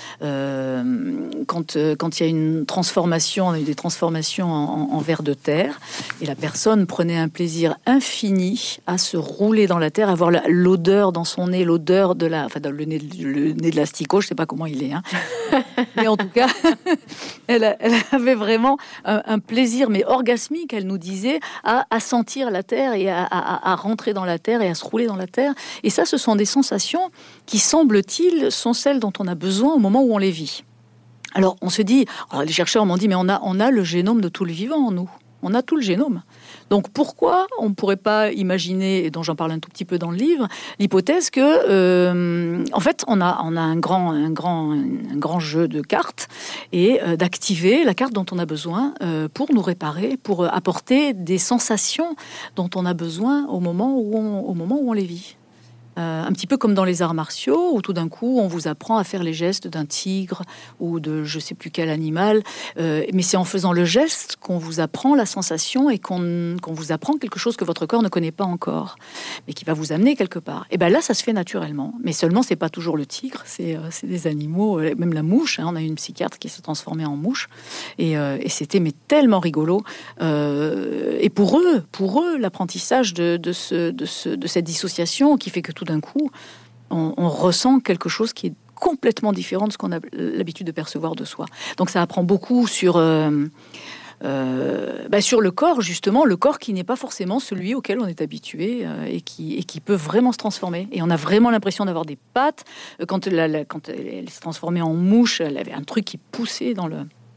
Euh, quand euh, quand il y a une transformation, on a eu des transformations en, en, en vers de terre, et la personne prenait un plaisir infini à se rouler dans la terre, à avoir la, l'odeur dans son nez, l'odeur de la, enfin dans le nez, le nez de l'asticot, je sais pas comment il est, hein. Mais en tout cas, elle, elle avait vraiment un, un plaisir, mais orgasmique, elle nous disait, à, à sentir la terre et à, à, à rentrer dans la terre et à se rouler dans la terre. Et ça, ce sont des sensations qui, semble-t-il, sont celles dont on a besoin au moment où on les vit. Alors, on se dit, alors les chercheurs m'ont dit, mais on a, on a le génome de tout le vivant en nous. On a tout le génome. Donc, pourquoi on ne pourrait pas imaginer, et dont j'en parle un tout petit peu dans le livre, l'hypothèse que, euh, en fait, on a, on a un, grand, un, grand, un grand jeu de cartes et euh, d'activer la carte dont on a besoin euh, pour nous réparer, pour apporter des sensations dont on a besoin au moment où on, au moment où on les vit. Euh, un petit peu comme dans les arts martiaux, où tout d'un coup, on vous apprend à faire les gestes d'un tigre ou de je sais plus quel animal. Euh, mais c'est en faisant le geste qu'on vous apprend la sensation et qu'on, qu'on vous apprend quelque chose que votre corps ne connaît pas encore, mais qui va vous amener quelque part. Et bien là, ça se fait naturellement. Mais seulement, c'est pas toujours le tigre, c'est, euh, c'est des animaux, euh, même la mouche. Hein, on a eu une psychiatre qui s'est transformée en mouche. Et, euh, et c'était mais tellement rigolo. Euh, et pour eux, pour eux, l'apprentissage de, de, ce, de, ce, de cette dissociation qui fait que tout d'un coup, on, on ressent quelque chose qui est complètement différent de ce qu'on a l'habitude de percevoir de soi. Donc ça apprend beaucoup sur, euh, euh, bah sur le corps, justement, le corps qui n'est pas forcément celui auquel on est habitué euh, et, qui, et qui peut vraiment se transformer. Et on a vraiment l'impression d'avoir des pattes. Quand, la, la, quand elle, elle s'est transformée en mouche, elle avait un truc qui poussait dans le...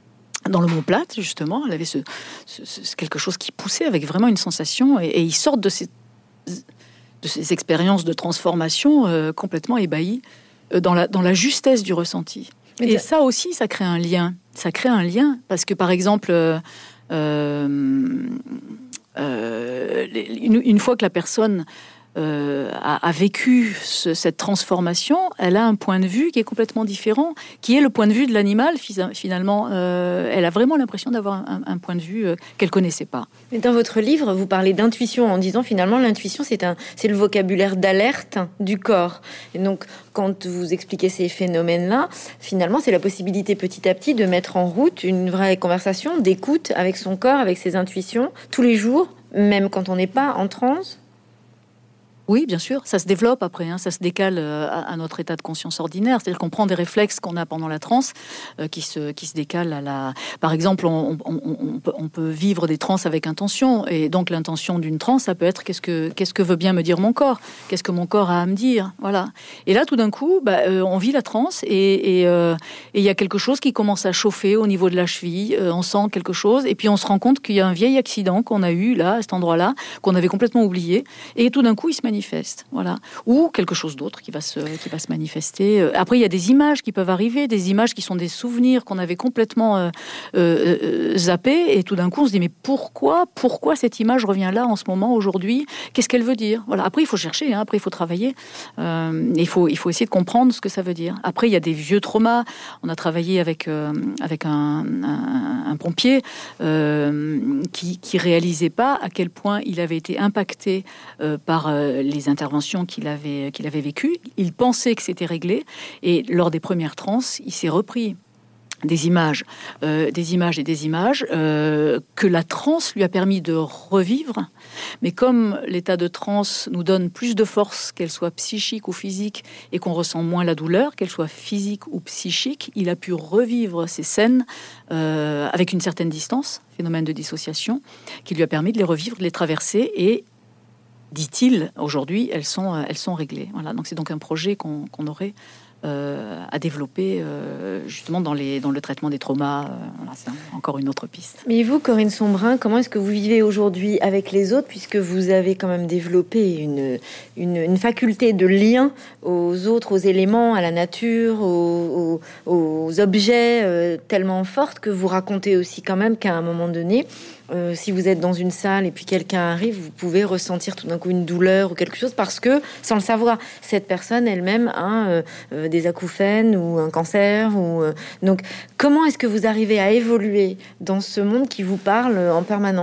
dans l'omoplate, justement. Elle avait ce, ce, ce quelque chose qui poussait avec vraiment une sensation, et, et ils sortent de ces, de ces expériences de transformation euh, complètement ébahis euh, dans la, dans la justesse du ressenti. Mais et ça aussi, ça crée un lien. Ça crée un lien parce que, par exemple, euh, euh, euh, une, une fois que la personne Euh, a, a vécu ce, cette transformation, elle a un point de vue qui est complètement différent, qui est le point de vue de l'animal. Finalement, euh, elle a vraiment l'impression d'avoir un, un point de vue euh, qu'elle connaissait pas. Mais dans votre livre, vous parlez d'intuition en disant finalement l'intuition, c'est un, c'est le vocabulaire d'alerte du corps. Et donc, quand vous expliquez ces phénomènes-là, finalement, c'est la possibilité petit à petit de mettre en route une vraie conversation d'écoute avec son corps, avec ses intuitions, tous les jours, même quand on n'est pas en transe. Oui, bien sûr, ça se développe après, hein, ça se décale euh, à, à notre état de conscience ordinaire. C'est-à-dire qu'on prend des réflexes qu'on a pendant la transe euh, qui se qui se décalent à la. Par exemple, on, on, on, peut, on peut vivre des transes avec intention, et donc l'intention d'une transe, ça peut être qu'est-ce que qu'est-ce que veut bien me dire mon corps, qu'est-ce que mon corps a à me dire, voilà. Et là, tout d'un coup, bah, euh, on vit la transe et et euh, et il y a quelque chose qui commence à chauffer au niveau de la cheville. Euh, on sent quelque chose, et puis on se rend compte qu'il y a un vieil accident qu'on a eu là, à cet endroit-là, qu'on avait complètement oublié, et tout d'un coup, il se manifeste. Manifeste, voilà, ou quelque chose d'autre qui va se qui va se manifester. Après, il y a des images qui peuvent arriver, des images qui sont des souvenirs qu'on avait complètement euh, euh, zappés, et tout d'un coup, on se dit mais pourquoi pourquoi cette image revient là en ce moment aujourd'hui? Qu'est-ce qu'elle veut dire? Voilà. Après, il faut chercher, hein, après il faut travailler, euh, il faut il faut essayer de comprendre ce que ça veut dire. Après, il y a des vieux traumas. On a travaillé avec euh, avec un, un, un pompier euh, qui qui réalisait pas à quel point il avait été impacté euh, par euh, les interventions qu'il avait, qu'il avait vécues. Il pensait que c'était réglé, et lors des premières transes, il s'est repris des images, euh, des images et des images euh, que la transe lui a permis de revivre. Mais comme l'état de transe nous donne plus de force, qu'elle soit psychique ou physique, et qu'on ressent moins la douleur, qu'elle soit physique ou psychique, il a pu revivre ces scènes euh, avec une certaine distance, phénomène de dissociation, qui lui a permis de les revivre, de les traverser, et dit-il, aujourd'hui, elles sont, elles sont réglées. Voilà, donc c'est donc un projet qu'on qu'on aurait euh, à développer euh, justement dans, les, dans le traitement des traumas. Euh, voilà, c'est encore une autre piste. Mais vous, Corinne Sombrin, comment est-ce que vous vivez aujourd'hui avec les autres, puisque vous avez quand même développé une, une, une faculté de lien aux autres, aux éléments, à la nature, aux, aux, aux objets euh, tellement forte que vous racontez aussi quand même qu'à un moment donné, Euh, si vous êtes dans une salle et puis quelqu'un arrive, vous pouvez ressentir tout d'un coup une douleur ou quelque chose parce que, sans le savoir, cette personne elle-même a euh, euh, des acouphènes ou un cancer. Ou, euh, donc, comment est-ce que vous arrivez à évoluer dans ce monde qui vous parle en permanence ?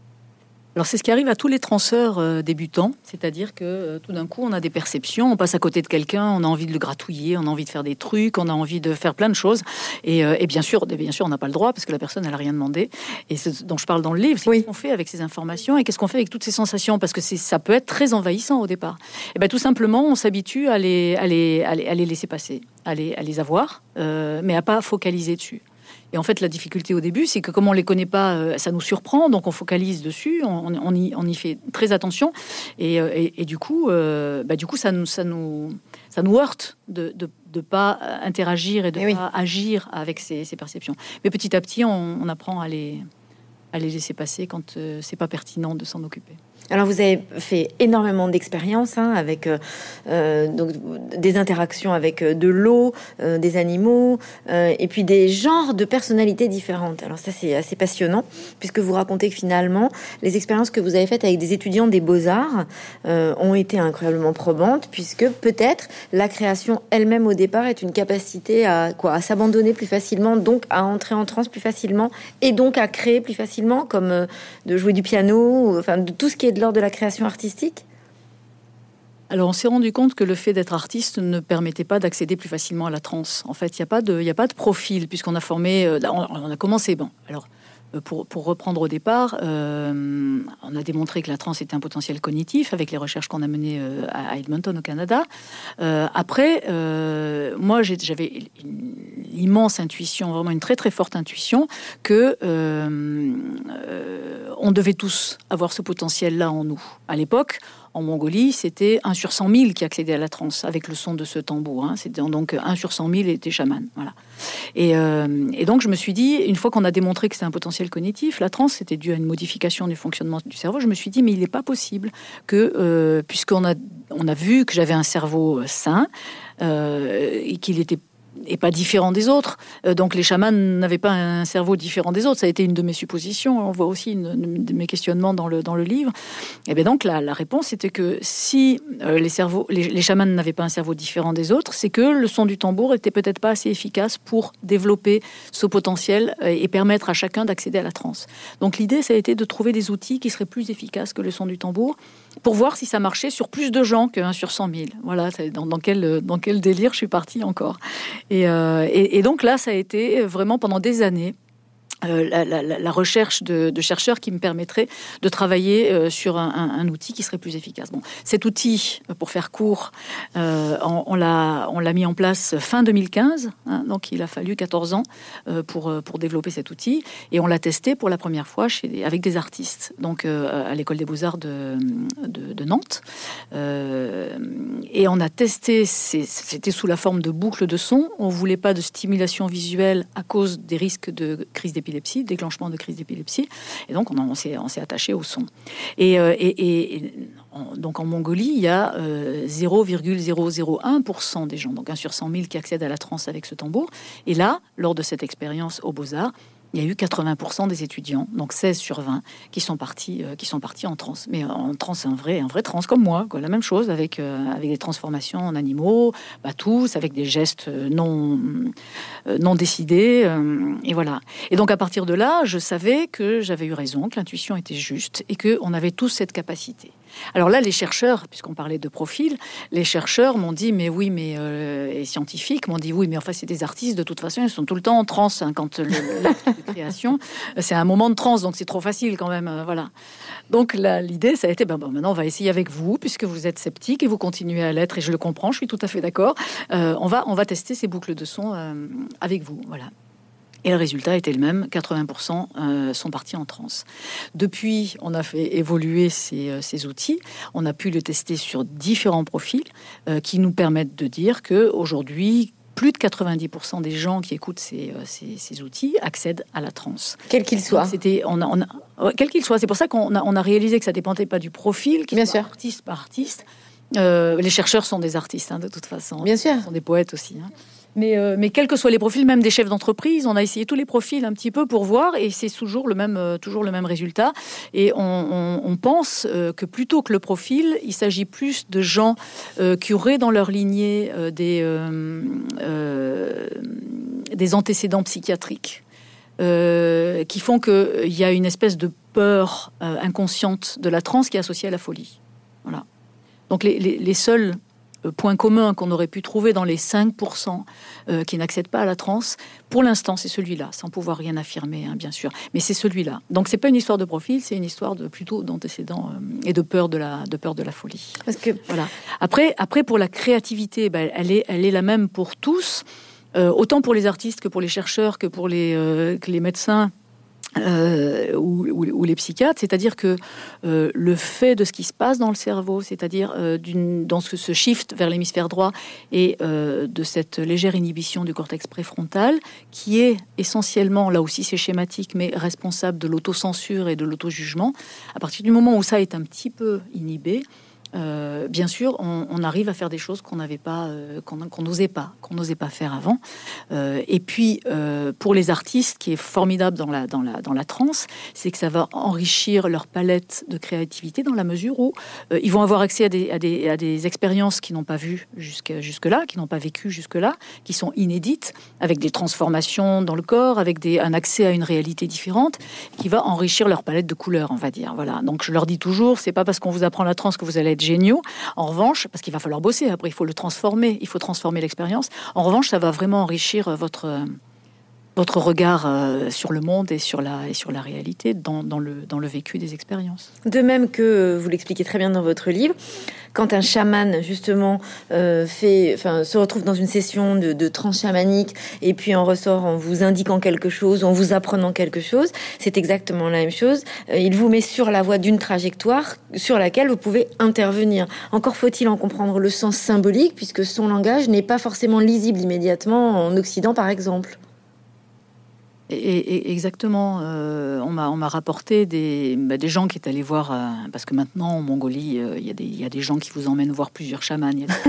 Alors c'est ce qui arrive à tous les transeurs euh, débutants, c'est-à-dire que euh, tout d'un coup on a des perceptions, on passe à côté de quelqu'un, on a envie de le gratouiller, on a envie de faire des trucs, on a envie de faire plein de choses, et, euh, et bien sûr, bien sûr on n'a pas le droit parce que la personne elle a rien demandé, et ce dont je parle dans le livre, c'est oui. Qu'est-ce qu'on fait avec ces informations et qu'est-ce qu'on fait avec toutes ces sensations, parce que c'est, ça peut être très envahissant au départ. Et ben tout simplement on s'habitue à les, à les, à les, à les laisser passer, à les, à les avoir, euh, mais à pas focaliser dessus. Et en fait, la difficulté au début, c'est que comme on les connaît pas, euh, ça nous surprend, donc on focalise dessus, on, on, y, on y fait très attention, et, et, et du coup, euh, bah, du coup, ça nous, ça nous, ça nous heurte de, de, de pas interagir et de et pas oui. agir avec ces, ces perceptions. Mais petit à petit, on, on apprend à les, à les laisser passer quand euh, c'est pas pertinent de s'en occuper. Alors vous avez fait énormément d'expériences hein, avec euh, donc des interactions avec de l'eau, euh, des animaux euh, et puis des genres de personnalités différentes. Alors ça c'est assez passionnant puisque vous racontez que finalement les expériences que vous avez faites avec des étudiants des Beaux-Arts euh, ont été incroyablement probantes puisque peut-être la création elle-même au départ est une capacité à quoi, à s'abandonner plus facilement, donc à entrer en transe plus facilement et donc à créer plus facilement, comme euh, de jouer du piano, ou, enfin de tout ce qui est de l'ordre de la création artistique. Alors, on s'est rendu compte que le fait d'être artiste ne permettait pas d'accéder plus facilement à la transe. En fait, il n'y a pas de, il y a pas de profil puisqu'on a formé, euh, on, on a commencé. Bon, alors. Pour, pour reprendre au départ, euh, on a démontré que la transe était un potentiel cognitif avec les recherches qu'on a menées euh, à Edmonton au Canada. Euh, après, euh, moi j'ai, j'avais une l'immense intuition, vraiment une très très forte intuition, que euh, euh, on devait tous avoir ce potentiel-là en nous. À l'époque, en Mongolie, c'était un sur cent mille qui accédait à la transe avec le son de ce tambour. Hein. C'était donc un sur cent mille était chaman. Voilà. Et, euh, et donc je me suis dit, une fois qu'on a démontré que c'est un potentiel cognitif, la transe c'était dû à une modification du fonctionnement du cerveau. Je me suis dit, mais il n'est pas possible que, euh, puisqu'on a on a vu que j'avais un cerveau sain euh, et qu'il était et pas différent des autres. Euh, donc les chamans n'avaient pas un cerveau différent des autres. Ça a été une de mes suppositions. On voit aussi une, une de mes questionnements dans le, dans le livre. Et bien donc la, la réponse était que si euh, les, cerveaux, les, les chamans n'avaient pas un cerveau différent des autres, c'est que le son du tambour était peut-être pas assez efficace pour développer ce potentiel euh, et permettre à chacun d'accéder à la transe. Donc l'idée, ça a été de trouver des outils qui seraient plus efficaces que le son du tambour pour voir si ça marchait sur plus de gens qu'un sur cent mille. Voilà, dans, dans, quel, dans quel délire je suis partie encore. Et, euh, et, et donc là, ça a été vraiment pendant des années Euh, la, la, la recherche de, de chercheurs qui me permettrait de travailler euh, sur un, un, un outil qui serait plus efficace. Bon, cet outil, pour faire court, euh, on, on, l'a, on l'a mis en place fin deux mille quinze, hein, donc il a fallu quatorze ans euh, pour, pour développer cet outil, et on l'a testé pour la première fois chez des, avec des artistes, donc euh, à l'École des Beaux-Arts de, de, de Nantes. Euh, et on a testé, c'était sous la forme de boucles de son, on ne voulait pas de stimulation visuelle à cause des risques de crise d'épilepsie, déclenchement de crise d'épilepsie, et donc on, on, s'est, on s'est attaché au son. Et, euh, et, et, et en, donc en Mongolie, il y a euh, zéro virgule zéro zéro un pour cent des gens, donc un sur cent mille qui accèdent à la transe avec ce tambour. Et là, lors de cette expérience aux Beaux-Arts, il y a eu quatre-vingts pour cent des étudiants, donc seize sur vingt, qui sont partis, euh, qui sont partis en transe. Mais en transe, un vrai, un vrai transe comme moi, quoi. La même chose avec, euh, avec des transformations en animaux, bah, tous, avec des gestes non, euh, non décidés. Euh, et voilà. Et donc à partir de là, je savais que j'avais eu raison, que l'intuition était juste et qu'on avait tous cette capacité. Alors là, les chercheurs, puisqu'on parlait de profil, les chercheurs m'ont dit, mais oui, mais euh, les scientifiques m'ont dit, oui, mais enfin, c'est des artistes, de toute façon, ils sont tout le temps en transe, hein, quand le, l'acte de création, c'est un moment de transe, donc c'est trop facile quand même, euh, voilà. Donc là, l'idée, ça a été, ben, bon, maintenant, on va essayer avec vous, puisque vous êtes sceptique et vous continuez à l'être, et je le comprends, je suis tout à fait d'accord. Euh, on va, on va tester ces boucles de son euh, avec vous, voilà. Et le résultat était le même, quatre-vingts pour cent euh, sont partis en transe. Depuis, on a fait évoluer ces, euh, ces outils. On a pu le tester sur différents profils euh, qui nous permettent de dire qu'aujourd'hui, plus de quatre-vingt-dix pour cent des gens qui écoutent ces, euh, ces, ces outils accèdent à la transe. Quel qu'il soit. C'était, on a, on a, quel qu'il soit. C'est pour ça qu'on a, on a réalisé que ça dépendait pas du profil, qui Bien soit sûr. artiste par artiste. Euh, les chercheurs sont des artistes, hein, de toute façon. Bien sûr. Ils sont des poètes aussi, hein. Mais, euh, mais quels que soient les profils, même des chefs d'entreprise, on a essayé tous les profils un petit peu pour voir, et c'est toujours le même, euh, toujours le même résultat. Et on, on, on pense euh, que plutôt que le profil, il s'agit plus de gens euh, qui auraient dans leur lignée euh, des, euh, euh, des antécédents psychiatriques euh, qui font qu'il y a une espèce de peur euh, inconsciente de la transe qui est associée à la folie. Voilà. Donc les, les, les seuls point commun qu'on aurait pu trouver dans les cinq pour cent euh, qui n'accèdent pas à la transe, pour l'instant, c'est celui-là, sans pouvoir rien affirmer, hein, bien sûr. Mais c'est celui-là. Donc, c'est pas une histoire de profil, c'est une histoire de plutôt d'antécédents euh, et de peur de la de peur de la folie. Parce que voilà. Après, après pour la créativité, ben, elle est elle est la même pour tous, euh, autant pour les artistes que pour les chercheurs, que pour les euh, que les médecins. Euh, ou, ou, ou les psychiatres, c'est-à-dire que euh, le fait de ce qui se passe dans le cerveau, c'est-à-dire euh, d'une, dans ce, ce shift vers l'hémisphère droit et euh, de cette légère inhibition du cortex préfrontal, qui est essentiellement, là aussi c'est schématique, mais responsable de l'autocensure et de l'auto-jugement, à partir du moment où ça est un petit peu inhibé, Euh, bien sûr, on, on arrive à faire des choses qu'on n'avait pas, euh, qu'on, qu'on n'osait pas, qu'on n'osait pas faire avant. Euh, et puis, euh, pour les artistes, qui est formidable dans la dans la dans la transe, c'est que ça va enrichir leur palette de créativité dans la mesure où euh, ils vont avoir accès à des à des à des expériences qu'ils n'ont pas vues jusque jusque là, qui n'ont pas vécu jusque là, qui sont inédites, avec des transformations dans le corps, avec des un accès à une réalité différente, qui va enrichir leur palette de couleurs, on va dire. Voilà. Donc, je leur dis toujours, c'est pas parce qu'on vous apprend la transe que vous allez être géniaux. En revanche, parce qu'il va falloir bosser, après il faut le transformer, il faut transformer l'expérience. En revanche, ça va vraiment enrichir votre votre regard euh, sur le monde et sur la, et sur la réalité dans, dans, le, dans le vécu des expériences. De même que vous l'expliquez très bien dans votre livre, quand un chaman justement euh, fait, enfin, se retrouve dans une session de, de transe chamanique et puis en ressort en vous indiquant quelque chose, en vous apprenant quelque chose, c'est exactement la même chose. Euh, il vous met sur la voie d'une trajectoire sur laquelle vous pouvez intervenir. Encore faut-il en comprendre le sens symbolique, puisque son langage n'est pas forcément lisible immédiatement en Occident, par exemple. Et, et, exactement, euh, on m'a on m'a rapporté des, bah, des gens qui étaient allés voir, euh, parce que maintenant en Mongolie, il euh, y, y a des gens qui vous emmènent voir plusieurs chamans. Y a des...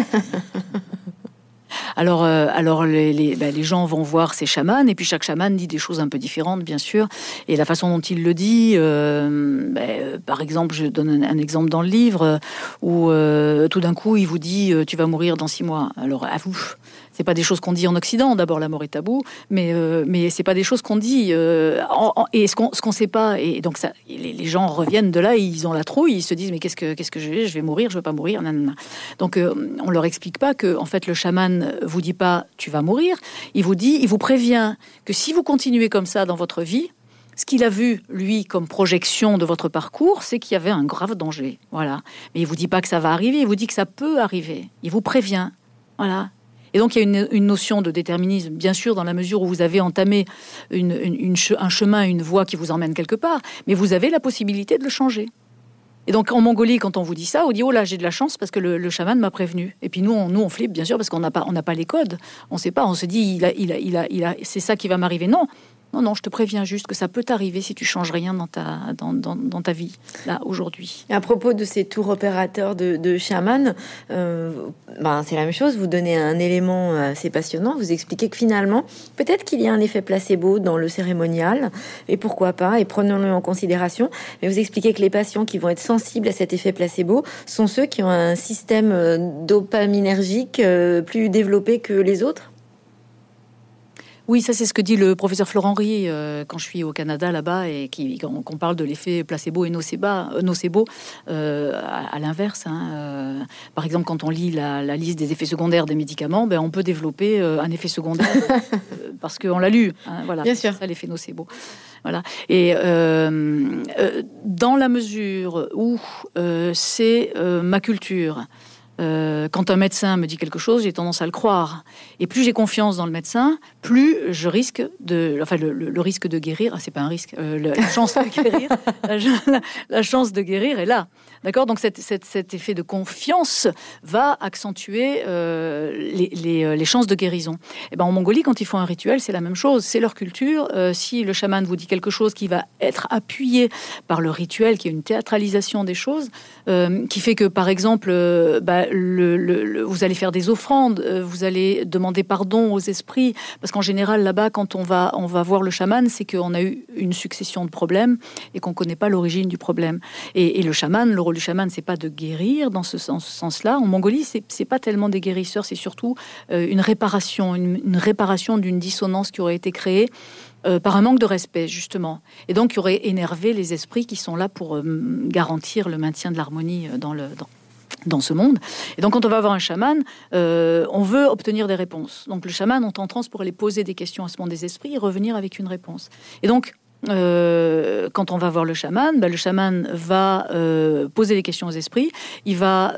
alors, euh, alors les, les, bah, les gens vont voir ces chamans, et puis chaque chaman dit des choses un peu différentes, bien sûr. Et la façon dont il le dit, euh, bah, euh, par exemple, je donne un, un exemple dans le livre, où euh, tout d'un coup, il vous dit euh, « tu vas mourir dans six mois ». Alors, à vous... C'est pas des choses qu'on dit en Occident. D'abord, la mort est tabou, mais euh, mais c'est pas des choses qu'on dit. Euh, en, en, et ce qu'on ce qu'on sait pas. Et donc ça, les, les gens reviennent de là, et ils ont la trouille. Ils se disent mais qu'est-ce que qu'est-ce que je vais Je vais mourir Je veux pas mourir. Nanana. Donc euh, on leur explique pas que en fait le chaman vous dit pas tu vas mourir. Il vous dit, il vous prévient que si vous continuez comme ça dans votre vie, ce qu'il a vu, lui, comme projection de votre parcours, c'est qu'il y avait un grave danger. Voilà. Mais il vous dit pas que ça va arriver. Il vous dit que ça peut arriver. Il vous prévient. Voilà. Et donc, il y a une, une notion de déterminisme, bien sûr, dans la mesure où vous avez entamé une, une, une, un chemin, une voie qui vous emmène quelque part, mais vous avez la possibilité de le changer. Et donc, en Mongolie, quand on vous dit ça, on dit « Oh là, j'ai de la chance parce que le, le chaman m'a prévenu. » Et puis nous, on, nous, on flippe, bien sûr, parce qu'on n'a pas, on n'a pas les codes. On ne sait pas, on se dit il a, il a, il a, il a, « C'est ça qui va m'arriver. » Non. Non, non, je te préviens juste que ça peut t'arriver si tu changes rien dans ta, dans, dans, dans ta vie, là, aujourd'hui. À propos de ces tours opérateurs de, de chaman, euh, ben, c'est la même chose. Vous donnez un élément assez passionnant. Vous expliquez que finalement, peut-être qu'il y a un effet placebo dans le cérémonial, et pourquoi pas, et prenons-le en considération. Mais vous expliquez que les patients qui vont être sensibles à cet effet placebo sont ceux qui ont un système dopaminergique plus développé que les autres. Oui, ça c'est ce que dit le professeur Florent Henry euh, quand je suis au Canada là-bas et qui, qu'on, qu'on parle de l'effet placebo et nocebo, euh, nocebo euh, à, à l'inverse. Hein, euh, par exemple, quand on lit la, la liste des effets secondaires des médicaments, ben, on peut développer euh, un effet secondaire euh, parce qu'on l'a lu. Hein, voilà, bien c'est sûr. Ça l'effet nocebo. Voilà. Et euh, euh, dans la mesure où euh, c'est euh, ma culture. Euh, quand un médecin me dit quelque chose, j'ai tendance à le croire. Et plus j'ai confiance dans le médecin, plus je risque de, enfin le, le, le risque de guérir, c'est pas un risque, euh, le, la chance de guérir, la, la, la chance de guérir est là, d'accord. Donc cette, cette, cet effet de confiance va accentuer euh, les, les, les chances de guérison. Et ben en Mongolie, quand ils font un rituel, c'est la même chose, c'est leur culture. Euh, si le chaman vous dit quelque chose qui va être appuyé par le rituel, qui est une théâtralisation des choses, euh, qui fait que par exemple, euh, bah, Le, le, le, vous allez faire des offrandes, euh, vous allez demander pardon aux esprits, parce qu'en général là-bas, quand on va, on va voir le chaman, c'est qu'on a eu une succession de problèmes et qu'on connaît pas l'origine du problème. Et, et le chaman, le rôle du chaman, c'est pas de guérir dans ce sens, sens-là. En Mongolie, c'est, c'est pas tellement des guérisseurs, c'est surtout euh, une réparation, une, une réparation d'une dissonance qui aurait été créée Euh, par un manque de respect, justement. Et donc, qui aurait énervé les esprits qui sont là pour euh, garantir le maintien de l'harmonie dans le... Dans dans ce monde. Et donc, quand on va voir un chaman, euh, on veut obtenir des réponses. Donc, le chaman, on en transe pour aller poser des questions à ce monde des esprits et revenir avec une réponse. Et donc, euh, quand on va voir le chaman, ben, le chaman va euh, poser des questions aux esprits. Il va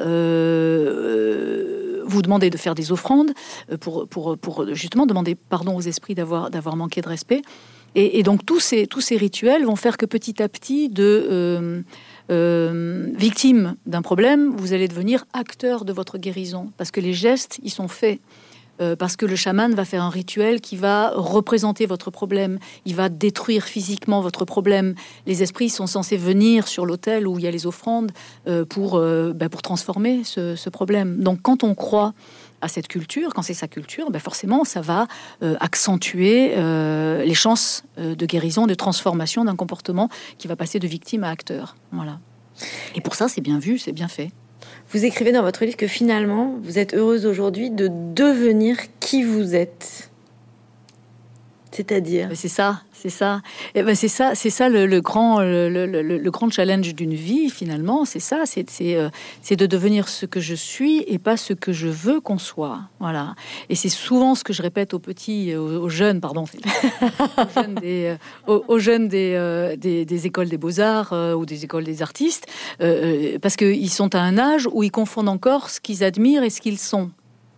euh, vous demander de faire des offrandes pour, pour, pour justement demander pardon aux esprits d'avoir, d'avoir manqué de respect. Et, et donc, tous ces, tous ces rituels vont faire que petit à petit, de... Euh, Euh, victime d'un problème, vous allez devenir acteur de votre guérison, parce que les gestes, ils sont faits. Euh, parce que le chaman va faire un rituel qui va représenter votre problème, il va détruire physiquement votre problème. Les esprits sont censés venir sur l'autel où il y a les offrandes euh, pour, euh, bah, pour transformer ce, ce problème. Donc quand on croit à cette culture, quand c'est sa culture, ben forcément, ça va euh, accentuer euh, les chances euh, de guérison, de transformation d'un comportement qui va passer de victime à acteur. Voilà. Et pour ça, c'est bien vu, c'est bien fait. Vous écrivez dans votre livre que finalement, vous êtes heureuse aujourd'hui de devenir qui vous êtes. C'est-à-dire, c'est ça, c'est ça. Et ben c'est ça, c'est ça le, le grand, le, le, le, le grand challenge d'une vie finalement. C'est ça, c'est c'est euh, c'est de devenir ce que je suis et pas ce que je veux qu'on soit. Voilà. Et c'est souvent ce que je répète aux petits, aux, aux jeunes, pardon, aux jeunes des, euh, aux, aux jeunes des, euh, des, des écoles des beaux-arts euh, ou des écoles des artistes, euh, parce qu'ils sont à un âge où ils confondent encore ce qu'ils admirent et ce qu'ils sont.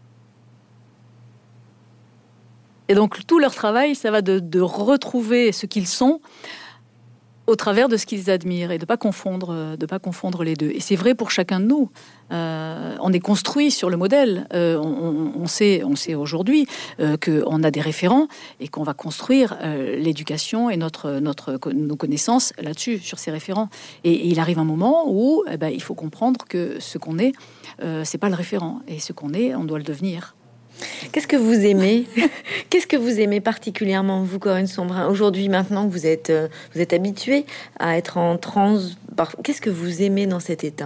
Et donc, tout leur travail, ça va de, de retrouver ce qu'ils sont au travers de ce qu'ils admirent et de ne pas confondre, de pas confondre les deux. Et c'est vrai pour chacun de nous. Euh, on est construit sur le modèle. Euh, on, on sait, on sait aujourd'hui euh, qu'on a des référents et qu'on va construire euh, l'éducation et notre, notre, nos connaissances là-dessus, sur ces référents. Et, et il arrive un moment où eh ben, il faut comprendre que ce qu'on est, euh, c'est pas le référent. Et ce qu'on est, on doit le devenir. Qu'est-ce que vous aimez Qu'est-ce que vous aimez particulièrement, vous, Corinne Sombrin, aujourd'hui, maintenant que vous êtes, euh, vous êtes habituée à être en transe, par... qu'est-ce que vous aimez dans cet état ?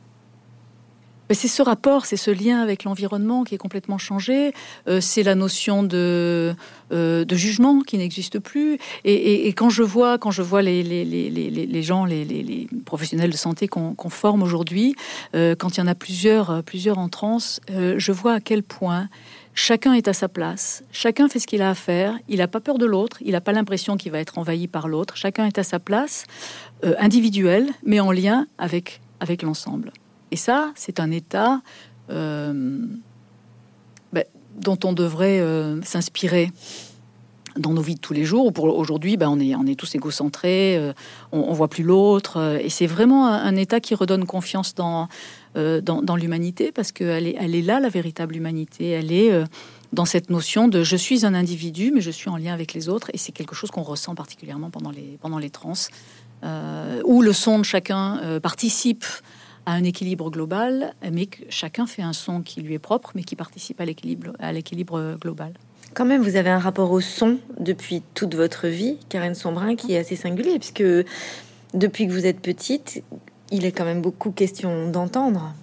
C'est ce rapport, c'est ce lien avec l'environnement qui est complètement changé. Euh, c'est la notion de, euh, de jugement qui n'existe plus. Et, et, et quand je vois, quand je vois les, les, les, les, les gens, les, les, les professionnels de santé qu'on, qu'on forme aujourd'hui, euh, quand il y en a plusieurs, plusieurs en transe, euh, je vois à quel point chacun est à sa place. Chacun fait ce qu'il a à faire. Il n'a pas peur de l'autre. Il n'a pas l'impression qu'il va être envahi par l'autre. Chacun est à sa place, euh, individuelle, mais en lien avec, avec l'ensemble. Et ça, c'est un état euh, ben, dont on devrait euh, s'inspirer dans nos vies de tous les jours. Pour aujourd'hui, ben, on est, on est tous égocentrés, euh, on, on voit plus l'autre, euh, et c'est vraiment un, un état qui redonne confiance dans, euh, dans, dans l'humanité, parce qu'elle est, elle est là, la véritable humanité. Elle est euh, dans cette notion de je suis un individu, mais je suis en lien avec les autres, et c'est quelque chose qu'on ressent particulièrement pendant les, pendant les trans, euh, où le son de chacun euh, participe à un équilibre global, mais que chacun fait un son qui lui est propre, mais qui participe à l'équilibre, à l'équilibre global. Quand même, vous avez un rapport au son depuis toute votre vie, Corinne Sombrin, qui est assez singulier, puisque depuis que vous êtes petite, il est quand même beaucoup question d'entendre.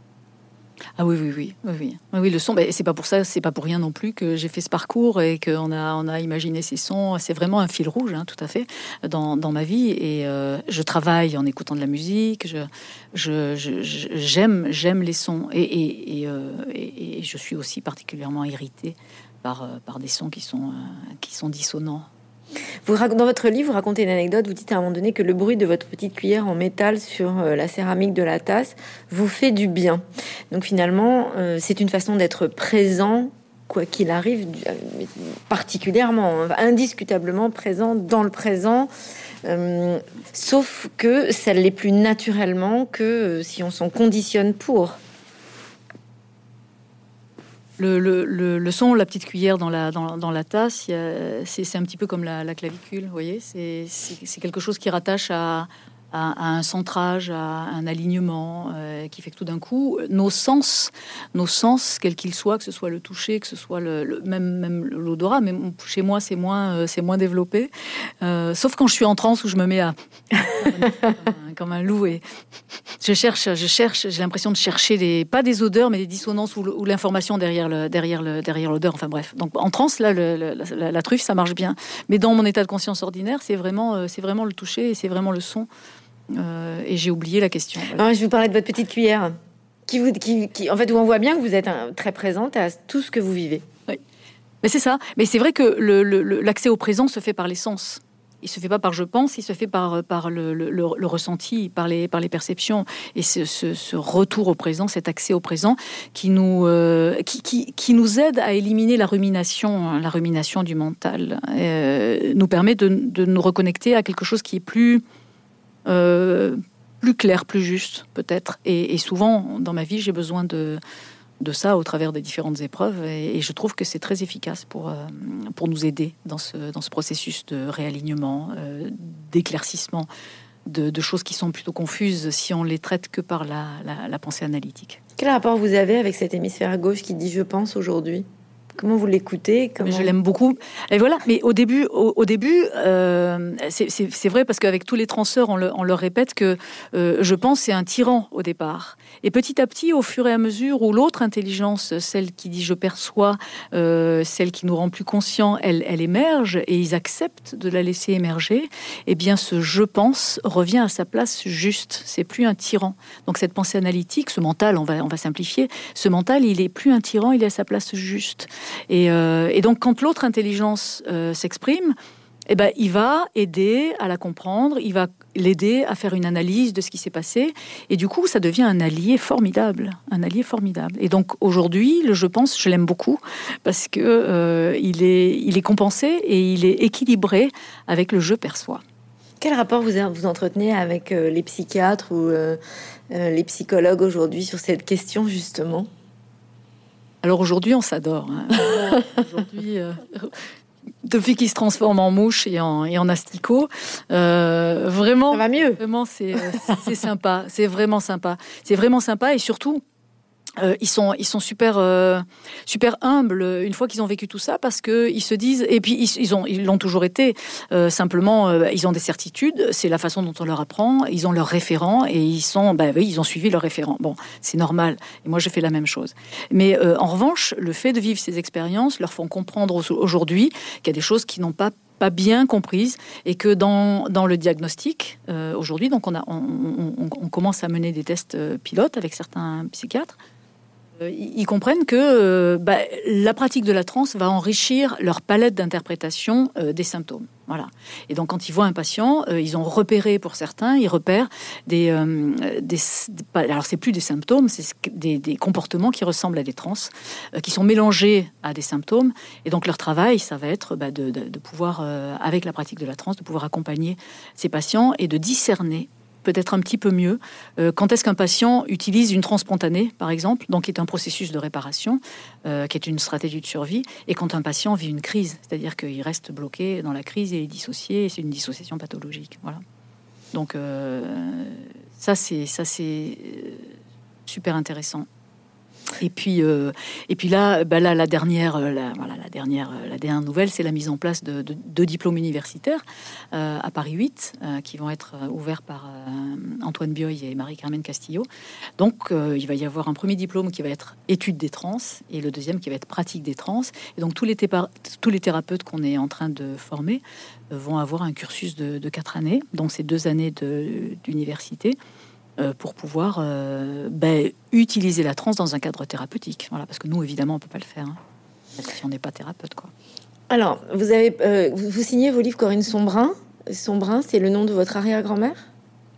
Ah oui, oui, oui, oui, oui, oui, le son. Ben, c'est pas pour ça, c'est pas pour rien non plus que j'ai fait ce parcours et qu'on a, on a imaginé ces sons. C'est vraiment un fil rouge, hein, tout à fait, dans, dans ma vie. Et euh, je travaille en écoutant de la musique. Je, je, je, je j'aime, j'aime les sons. Et, et, et, euh, et, et je suis aussi particulièrement irritée par, euh, par des sons qui sont, euh, qui sont dissonants. Vous, dans votre livre, vous racontez une anecdote. Vous dites à un moment donné que le bruit de votre petite cuillère en métal sur la céramique de la tasse vous fait du bien. Donc finalement, euh, c'est une façon d'être présent, quoi qu'il arrive, particulièrement, indiscutablement présent dans le présent. Euh, sauf que ça l'est plus naturellement que si on s'en conditionne pour. Le, le, le, le son, la petite cuillère dans la, dans, dans la tasse, c'est, c'est un petit peu comme la, la clavicule, vous voyez. C'est, c'est, c'est quelque chose qui rattache à, à, à un centrage, à un alignement, euh, qui fait que tout d'un coup, nos sens, nos sens, quels qu'ils soient, que ce soit le toucher, que ce soit le, le même, même l'odorat, mais chez moi, c'est moins, euh, c'est moins développé. Euh, sauf quand je suis en transe où je me mets à comme un loup et je cherche, je cherche, j'ai l'impression de chercher des, pas des odeurs, mais des dissonances ou, ou l'information derrière le, derrière le, derrière l'odeur. Enfin bref. Donc en transe, là, le, le, la, la truffe, ça marche bien. Mais dans mon état de conscience ordinaire, c'est vraiment, c'est vraiment le toucher et c'est vraiment le son. Euh, et j'ai oublié la question. Voilà. Ah, je vous parlais de votre petite cuillère, qui vous, qui, qui, en fait, où on voit bien que vous êtes un, très présente à tout ce que vous vivez. Oui. Mais c'est ça. Mais c'est vrai que le, le, l'accès au présent se fait par les sens. Il se fait pas par je pense, il se fait par, par le, le, le ressenti, par les, par les perceptions. Et ce, ce, ce retour au présent, cet accès au présent qui nous, euh, qui, qui, qui nous aide à éliminer la rumination, la rumination du mental, euh, nous permet de, de nous reconnecter à quelque chose qui est plus, euh, plus clair, plus juste, peut-être. Et, et souvent, dans ma vie, j'ai besoin de... de ça au travers des différentes épreuves et, et je trouve que c'est très efficace pour, euh, pour nous aider dans ce, dans ce processus de réalignement, euh, d'éclaircissement de, de choses qui sont plutôt confuses si on les traite que par la, la, la pensée analytique. Quel rapport vous avez avec cet hémisphère gauche qui dit « je pense » aujourd'hui ? Comment vous l'écoutez? Comment... Je l'aime beaucoup. Et voilà. Mais au début, au, au début, euh, c'est, c'est, c'est vrai parce qu'avec tous les transeurs, on, le, on leur répète que euh, je pense c'est un tyran au départ. Et petit à petit, au fur et à mesure où l'autre intelligence, celle qui dit je perçois, euh, celle qui nous rend plus conscients, elle, elle émerge et ils acceptent de la laisser émerger. Eh bien, ce je pense revient à sa place juste. C'est plus un tyran. Donc cette pensée analytique, ce mental, on va, on va simplifier, ce mental, il est plus un tyran, il est à sa place juste. Et, euh, et donc, quand l'autre intelligence euh, s'exprime, eh ben, il va aider à la comprendre, il va l'aider à faire une analyse de ce qui s'est passé. Et du coup, ça devient un allié formidable, un allié formidable. Et donc, aujourd'hui, le je pense, je l'aime beaucoup parce que euh, il est, il est compensé et il est équilibré avec le je perçois. Quel rapport vous, vous entretenez avec euh, les psychiatres ou euh, euh, les psychologues aujourd'hui sur cette question, justement? Alors aujourd'hui, on s'adore. Hein. Aujourd'hui, euh, depuis qu'il se transforme en mouche et en, et en asticot, euh, vraiment, ça va mieux. Vraiment, c'est, c'est sympa. C'est vraiment sympa. C'est vraiment sympa et surtout. Euh, ils sont, ils sont super, euh, super humbles une fois qu'ils ont vécu tout ça parce que ils se disent et puis ils, ils ont, ils l'ont toujours été. Euh, simplement, euh, ils ont des certitudes. C'est la façon dont on leur apprend. Ils ont leurs référents et ils sont, bah oui, ils ont suivi leurs référents. Bon, c'est normal. Et moi, je fais la même chose. Mais euh, en revanche, le fait de vivre ces expériences leur font comprendre aujourd'hui qu'il y a des choses qui n'ont pas pas bien comprises et que dans, dans le diagnostic euh, aujourd'hui, donc on a, on, on, on commence à mener des tests pilotes avec certains psychiatres. Ils comprennent que euh, bah, la pratique de la transe va enrichir leur palette d'interprétation euh, des symptômes. Voilà. Et donc, quand ils voient un patient, euh, ils ont repéré pour certains, ils repèrent des, euh, des, des alors c'est plus des symptômes, c'est des, des comportements qui ressemblent à des trans, euh, qui sont mélangés à des symptômes. Et donc, leur travail, ça va être bah, de, de, de pouvoir, euh, avec la pratique de la transe, de pouvoir accompagner ces patients et de discerner peut-être un petit peu mieux. Euh, quand est-ce qu'un patient utilise une transe spontanée, par exemple, donc qui est un processus de réparation, euh, qui est une stratégie de survie, et quand un patient vit une crise, c'est-à-dire qu'il reste bloqué dans la crise et est dissocié, et c'est une dissociation pathologique. Voilà. Donc euh, ça, c'est ça, c'est super intéressant. Et puis, euh, et puis là, bah là, la dernière, la, voilà, la dernière, la dernière nouvelle, c'est la mise en place de, de, de diplômes universitaires euh, à Paris huit, euh, qui vont être ouverts par euh, Antoine Bioy et Marie-Carmen Castillo. Donc, euh, il va y avoir un premier diplôme qui va être étude des trans et le deuxième qui va être pratique des trans. Et donc, tous les, thé- tous les thérapeutes qu'on est en train de former euh, vont avoir un cursus de, de quatre années, donc c'est deux années de, d'université. Pour pouvoir euh, ben, utiliser la transe dans un cadre thérapeutique. Voilà, parce que nous, évidemment, on peut pas le faire. Hein, si on n'est pas thérapeute, quoi. Alors, vous avez, euh, vous, vous signez vos livres Corinne Sombrin. Sombrin, c'est le nom de votre arrière-grand-mère?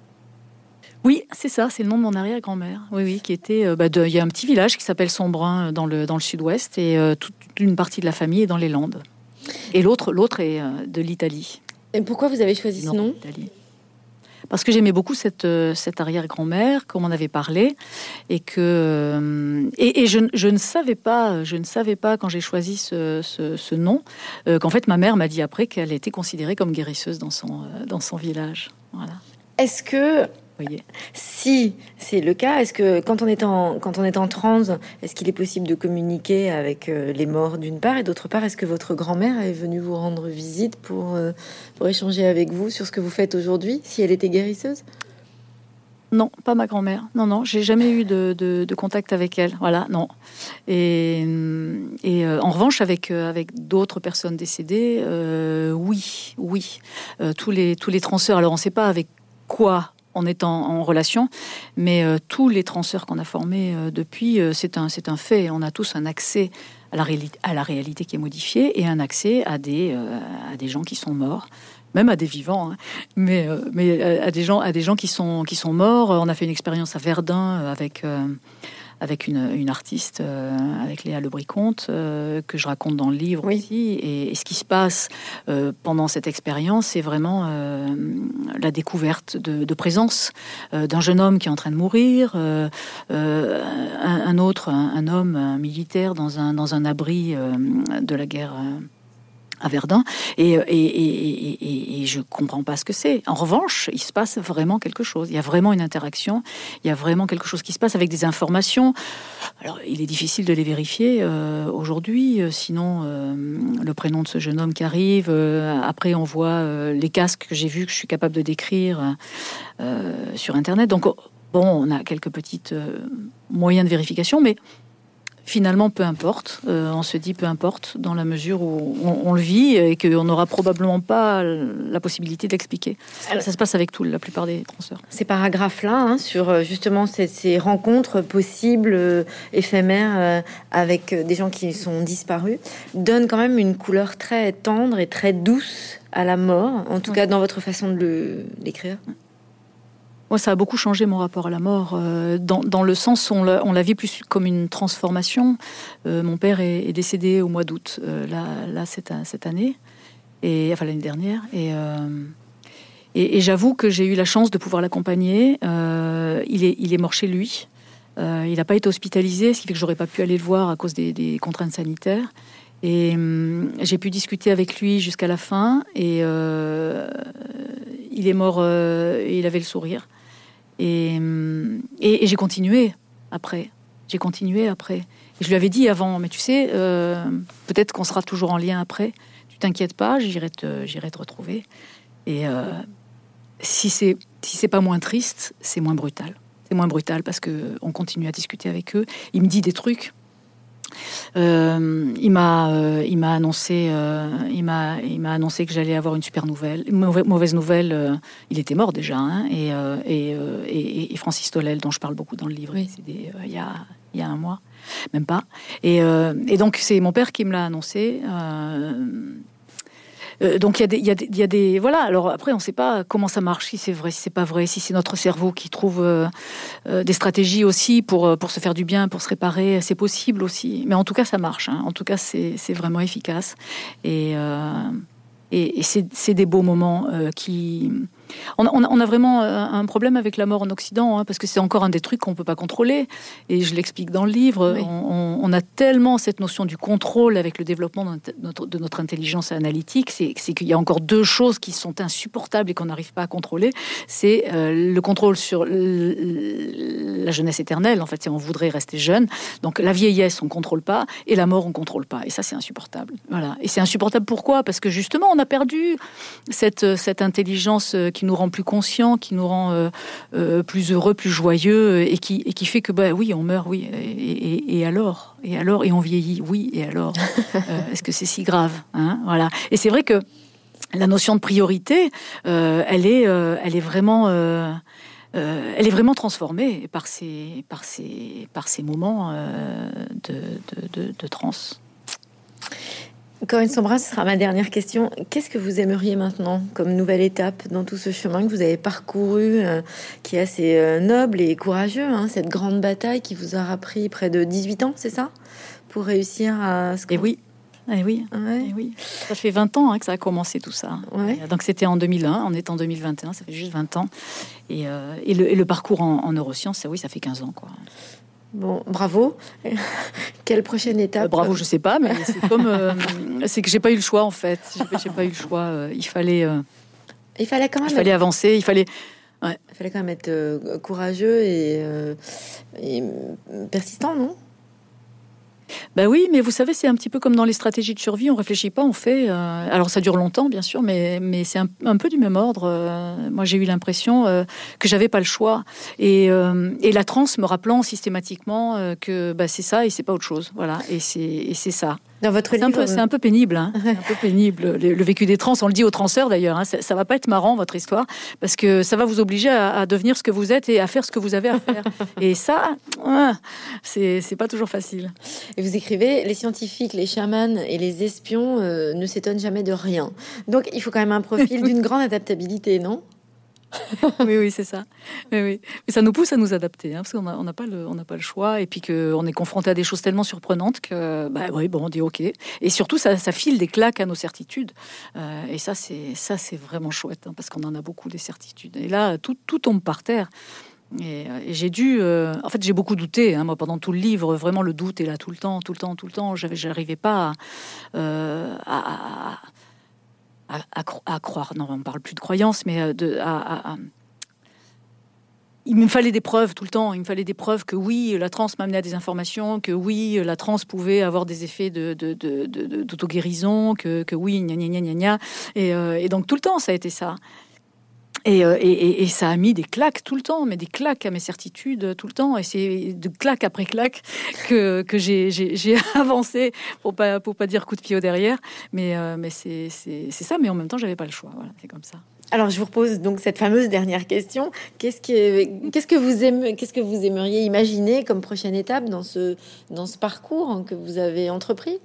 Oui, c'est ça, c'est le nom de mon arrière-grand-mère. Oui, oui, qui était. Euh, bah, de, il y a un petit village qui s'appelle Sombrin dans le dans le sud-ouest et euh, toute une partie de la famille est dans les Landes. Et l'autre, l'autre est euh, de l'Italie. Et pourquoi vous avez choisi ce nom? Parce que j'aimais beaucoup cette, cette arrière-grand-mère, comme on avait parlé, et que et, et je, je ne savais pas, je ne savais pas quand j'ai choisi ce, ce, ce nom, euh, qu'en fait ma mère m'a dit après qu'elle était considérée comme guérisseuse dans son dans son village. Voilà. Est-ce que Voyez. Si c'est le cas, est-ce que quand on est en quand on est en transe, est-ce qu'il est possible de communiquer avec euh, les morts d'une part, et d'autre part, est-ce que votre grand-mère est venue vous rendre visite pour euh, pour échanger avec vous sur ce que vous faites aujourd'hui, si elle était guérisseuse? Non, pas ma grand-mère. Non, non, j'ai jamais eu de, de, de contact avec elle. Voilà, non. Et, et euh, en revanche, avec euh, avec d'autres personnes décédées, euh, oui, oui. Euh, tous les tous les transeurs. Alors, on ne sait pas avec quoi on est en, en relation, mais euh, tous les transeurs qu'on a formés euh, depuis, euh, c'est un, c'est un fait. On a tous un accès à la, réali- à la réalité qui est modifiée et un accès à des, euh, à des gens qui sont morts, même à des vivants, hein. mais, euh, mais à des gens, à des gens qui sont, qui sont morts. On a fait une expérience à Verdun avec... Euh, avec une, une artiste, euh, avec Léa Lebricomte, euh, que je raconte dans le livre oui. aussi. Et, et ce qui se passe euh, pendant cette expérience, c'est vraiment euh, la découverte de, de présence euh, d'un jeune homme qui est en train de mourir, euh, euh, un, un autre, un, un homme, un militaire dans un, dans un abri euh, de la guerre... Euh, à Verdun, et, et, et, et, et je comprends pas ce que c'est. En revanche, il se passe vraiment quelque chose. Il y a vraiment une interaction, il y a vraiment quelque chose qui se passe avec des informations. Alors, il est difficile de les vérifier euh, aujourd'hui, sinon euh, le prénom de ce jeune homme qui arrive, euh, après on voit euh, les casques que j'ai vus, que je suis capable de décrire euh, sur Internet. Donc, bon, on a quelques petites euh, moyens de vérification, mais finalement, peu importe. Euh, on se dit peu importe dans la mesure où on, on le vit et qu'on n'aura probablement pas la possibilité d'expliquer. Alors, ça se passe avec tout, la plupart des transfert. Ces paragraphes-là, hein, sur justement ces, ces rencontres possibles, euh, éphémères, euh, avec des gens qui sont disparus, donnent quand même une couleur très tendre et très douce à la mort, en tout oui. cas dans votre façon de le, l'écrire. Moi, ça a beaucoup changé mon rapport à la mort, euh, dans, dans le sens où on l'a, on l'a vu plus comme une transformation. Euh, mon père est, est décédé au mois d'août, euh, là, là cette, cette année, et, enfin l'année dernière. Et, euh, et, et j'avoue que j'ai eu la chance de pouvoir l'accompagner. Euh, il, est, il est mort chez lui. Euh, il n'a pas été hospitalisé, ce qui fait que j'aurais pas pu aller le voir à cause des, des contraintes sanitaires. Et hum, j'ai pu discuter avec lui jusqu'à la fin. Et euh, il est mort, euh, et il avait le sourire. Et, et, et j'ai continué après. J'ai continué après. Et je lui avais dit avant, mais tu sais, euh, peut-être qu'on sera toujours en lien après. Tu t'inquiètes pas, j'irai te, j'irai te retrouver. Et euh, si c'est si c'est pas moins triste, c'est moins brutal. C'est moins brutal parce que on continue à discuter avec eux. Il me dit des trucs. Euh, il m'a, euh, il m'a annoncé, euh, il m'a, il m'a annoncé que j'allais avoir une super nouvelle, une mauvaise, mauvaise nouvelle. Euh, il était mort déjà, hein, et, euh, et, euh, et, et Francis Tolel, dont je parle beaucoup dans le livre, oui. c'est des, euh, il y a, il y a un mois, même pas. Et, euh, et donc c'est mon père qui me l'a annoncé. Euh, Euh, donc il y a des, il y a des, il y a des, voilà. Alors après, on ne sait pas comment ça marche, si c'est vrai, si c'est pas vrai, si c'est notre cerveau qui trouve euh, euh, des stratégies aussi pour pour se faire du bien, pour se réparer. C'est possible aussi, mais en tout cas, ça marche. Hein. En tout cas, c'est c'est vraiment efficace. Et euh, et, et c'est c'est des beaux moments euh, qui. On a, on a vraiment un problème avec la mort en Occident, hein, parce que c'est encore un des trucs qu'on ne peut pas contrôler. Et je l'explique dans le livre. Oui. On, on a tellement cette notion du contrôle avec le développement de notre, de notre intelligence analytique, c'est, c'est qu'il y a encore deux choses qui sont insupportables et qu'on n'arrive pas à contrôler. C'est euh, le contrôle sur l- la jeunesse éternelle. En fait, si on voudrait rester jeune. Donc la vieillesse, on ne contrôle pas. Et la mort, on ne contrôle pas. Et ça, c'est insupportable. Voilà. Et c'est insupportable pourquoi ? Parce que justement, on a perdu cette, cette intelligence qui nous rend plus conscients, qui nous rend euh, euh, plus heureux, plus joyeux, et qui, et qui fait que, bah oui, on meurt, oui, et, et, et alors Et alors Et on vieillit, oui, et alors euh, Est-ce que c'est si grave, hein, voilà. Et c'est vrai que la notion de priorité, euh, elle, est, euh, elle est vraiment... Euh, Euh, elle est vraiment transformée par ces, par ces, par ces moments euh, de, de, de, de transe. Corinne Sombras, ce sera ma dernière question. Qu'est-ce que vous aimeriez maintenant comme nouvelle étape dans tout ce chemin que vous avez parcouru, euh, qui est assez euh, noble et courageux, hein, cette grande bataille qui vous aura pris près de dix-huit ans, c'est ça, pour réussir à... Ce Et oui. Eh oui, ouais. eh oui, ça fait vingt ans hein, que ça a commencé tout ça. Ouais. Donc c'était en deux mille un, on est en deux mille vingt et un, ça fait juste vingt ans. Et, euh, et, le, et le parcours en, en neurosciences, ça, oui, ça fait quinze ans, quoi. Bon, bravo. Quelle prochaine étape ? euh, Bravo, je sais pas, mais c'est comme, euh, c'est que j'ai pas eu le choix en fait. J'ai, j'ai pas eu le choix. Euh, il fallait, euh, il fallait quand même, il fallait être... avancer. Il fallait, ouais. il fallait quand même être euh, courageux et, euh, et persistant, non ? Ben oui, mais vous savez, c'est un petit peu comme dans les stratégies de survie, on réfléchit pas, on fait. Euh, alors ça dure longtemps, bien sûr, mais, mais c'est un, un peu du même ordre. Euh, moi, j'ai eu l'impression euh, que j'avais pas le choix. Et, euh, et la transe me rappelant systématiquement euh, que bah, c'est ça et c'est pas autre chose. Voilà, et c'est, et c'est ça. Dans votre c'est, livre, un peu, c'est un peu pénible, hein. C'est un peu pénible. Le, le vécu des trans, on le dit aux transeurs d'ailleurs, hein, ça, ça va pas être marrant votre histoire, parce que ça va vous obliger à, à devenir ce que vous êtes et à faire ce que vous avez à faire. Et ça, ouais, c'est, c'est pas toujours facile. Et vous écrivez, les scientifiques, les chamans et les espions euh, ne s'étonnent jamais de rien. Donc il faut quand même un profil d'une grande adaptabilité, non ? oui, oui, c'est ça. Oui, oui. Mais ça nous pousse à nous adapter, hein, parce qu'on n'a on n'a pas le, on n'a pas le choix, et puis qu'on est confronté à des choses tellement surprenantes que, bah oui, bon, on dit ok. Et surtout, ça, ça file des claques à nos certitudes. Euh, et ça, c'est, ça, c'est vraiment chouette, hein, parce qu'on en a beaucoup des certitudes. Et là, tout, tout tombe par terre. Et, et j'ai dû, euh, en fait, j'ai beaucoup douté. Hein, moi, pendant tout le livre, vraiment, le doute est là tout le temps, tout le temps, tout le temps. J'avais, j'arrivais pas à, euh, à, à à, à, à croire. Non, on parle plus de croyance, mais de, à, à, à il me fallait des preuves tout le temps. Il me fallait des preuves que oui, la transe m'amenait à des informations, que oui, la transe pouvait avoir des effets de, de, de, de, d'auto-guérison, que, que oui, gna gna gna gna gna. Et, euh, et donc tout le temps, ça a été ça. Et, euh, et, et ça a mis des claques tout le temps, mais des claques à mes certitudes tout le temps. Et c'est de claque après claque que, que j'ai, j'ai, j'ai avancé, pour pas, pour pas dire coup de pied au derrière. Mais, euh, mais c'est, c'est, c'est ça, mais en même temps, j'avais pas le choix. Voilà, c'est comme ça. Alors, je vous repose donc cette fameuse dernière question. Qu'est-ce que, qu'est-ce que vous aimez, qu'est-ce que vous aimeriez imaginer comme prochaine étape dans ce, dans ce parcours que vous avez entrepris?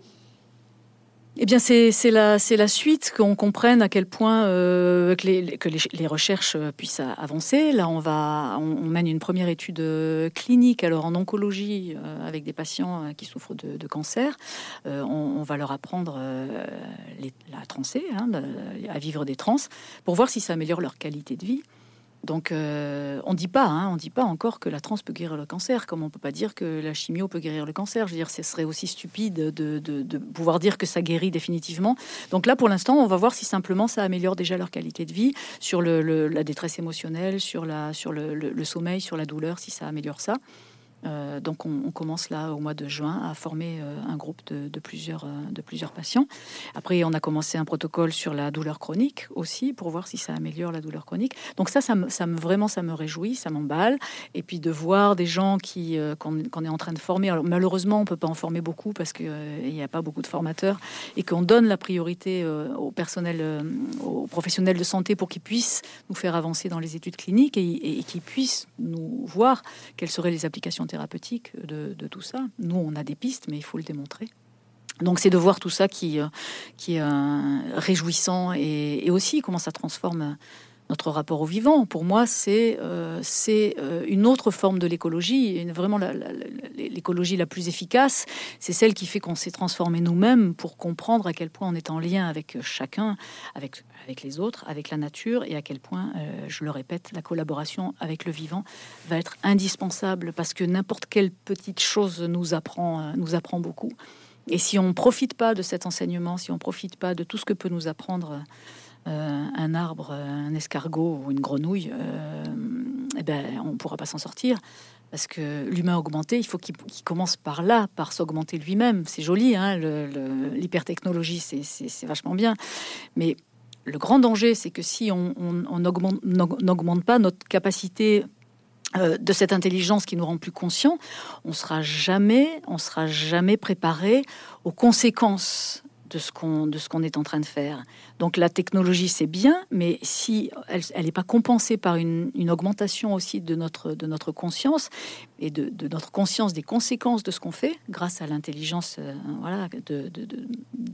Eh bien, c'est, c'est, la, c'est la suite, qu'on comprenne à quel point euh, que, les, que les, les recherches puissent avancer. Là, on, va, on, on mène une première étude clinique alors en oncologie euh, avec des patients qui souffrent de, de cancer. Euh, on, on va leur apprendre euh, les, la transer, hein, à vivre des trans, pour voir si ça améliore leur qualité de vie. Donc, euh, on dit pas, hein, on dit pas encore que la transe peut guérir le cancer, comme on peut pas dire que la chimio peut guérir le cancer. Je veux dire, ce serait aussi stupide de, de, de pouvoir dire que ça guérit définitivement. Donc là, pour l'instant, on va voir si simplement ça améliore déjà leur qualité de vie sur le, le, la détresse émotionnelle, sur, la, sur le, le, le sommeil, sur la douleur, si ça améliore ça. Euh, donc on, on commence là au mois de juin à former euh, un groupe de, de, plusieurs, euh, de plusieurs patients. Après, on a commencé un protocole sur la douleur chronique aussi pour voir si ça améliore la douleur chronique. Donc ça, ça me, ça me vraiment, ça me réjouit, ça m'emballe. Et puis de voir des gens qui euh, qu'on, qu'on est en train de former. Alors malheureusement, on peut pas en former beaucoup parce que euh, il n'y a pas beaucoup de formateurs et qu'on donne la priorité euh, au personnel, euh, aux professionnels de santé pour qu'ils puissent nous faire avancer dans les études cliniques et, et, et qu'ils puissent nous voir quelles seraient les applications thérapeutique de, de tout ça. Nous, on a des pistes, mais il faut le démontrer. Donc, c'est de voir tout ça qui, qui est euh, réjouissant et, et aussi comment ça transforme notre rapport au vivant. Pour moi, c'est euh, c'est euh, une autre forme de l'écologie, et vraiment la, la, la, l'écologie la plus efficace. C'est celle qui fait qu'on s'est transformé nous-mêmes pour comprendre à quel point on est en lien avec chacun, avec, avec les autres, avec la nature, et à quel point, euh, je le répète, la collaboration avec le vivant va être indispensable parce que n'importe quelle petite chose nous apprend, euh, nous apprend beaucoup. Et si on ne profite pas de cet enseignement, si on ne profite pas de tout ce que peut nous apprendre Euh, un arbre, un escargot ou une grenouille, euh, eh ben, on ne pourra pas s'en sortir. Parce que l'humain augmenté, il faut qu'il, qu'il commence par là, par s'augmenter lui-même. C'est joli, hein, le, le, l'hypertechnologie, c'est, c'est, c'est vachement bien. Mais le grand danger, c'est que si on, on, on augmente, n'augmente pas notre capacité euh, de cette intelligence qui nous rend plus conscients, on sera jamais, on sera jamais préparé aux conséquences de ce qu'on de ce qu'on est en train de faire. Donc la technologie, c'est bien, mais si elle elle n'est pas compensée par une, une augmentation aussi de notre de notre conscience et de, de notre conscience des conséquences de ce qu'on fait grâce à l'intelligence, euh, voilà, de, de, de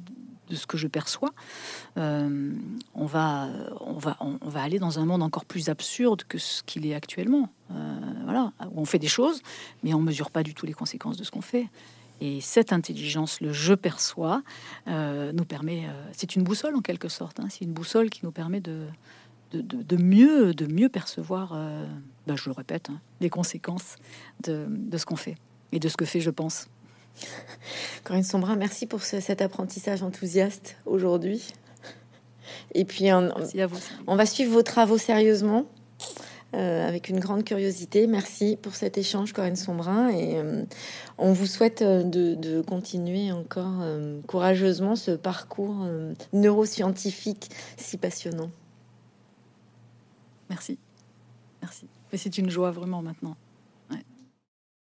de ce que je perçois, euh, on va on va on, on va aller dans un monde encore plus absurde que ce qu'il est actuellement. Euh, voilà, où on fait des choses, mais on mesure pas du tout les conséquences de ce qu'on fait. Et cette intelligence, le je perçois, euh, nous permet, euh, c'est une boussole en quelque sorte, hein, c'est une boussole qui nous permet de, de, de, de mieux, de mieux percevoir, euh, ben je le répète, hein, les conséquences de, de ce qu'on fait et de ce que fait, je pense. Corinne Sombrin, merci pour ce, cet apprentissage enthousiaste aujourd'hui. Et puis, on, merci à vous. On va suivre vos travaux sérieusement. Euh, avec une grande curiosité. Merci pour cet échange, Corinne Sombrin, et euh, on vous souhaite de, de continuer encore euh, courageusement ce parcours euh, neuroscientifique si passionnant. Merci. Merci. Et c'est une joie vraiment maintenant.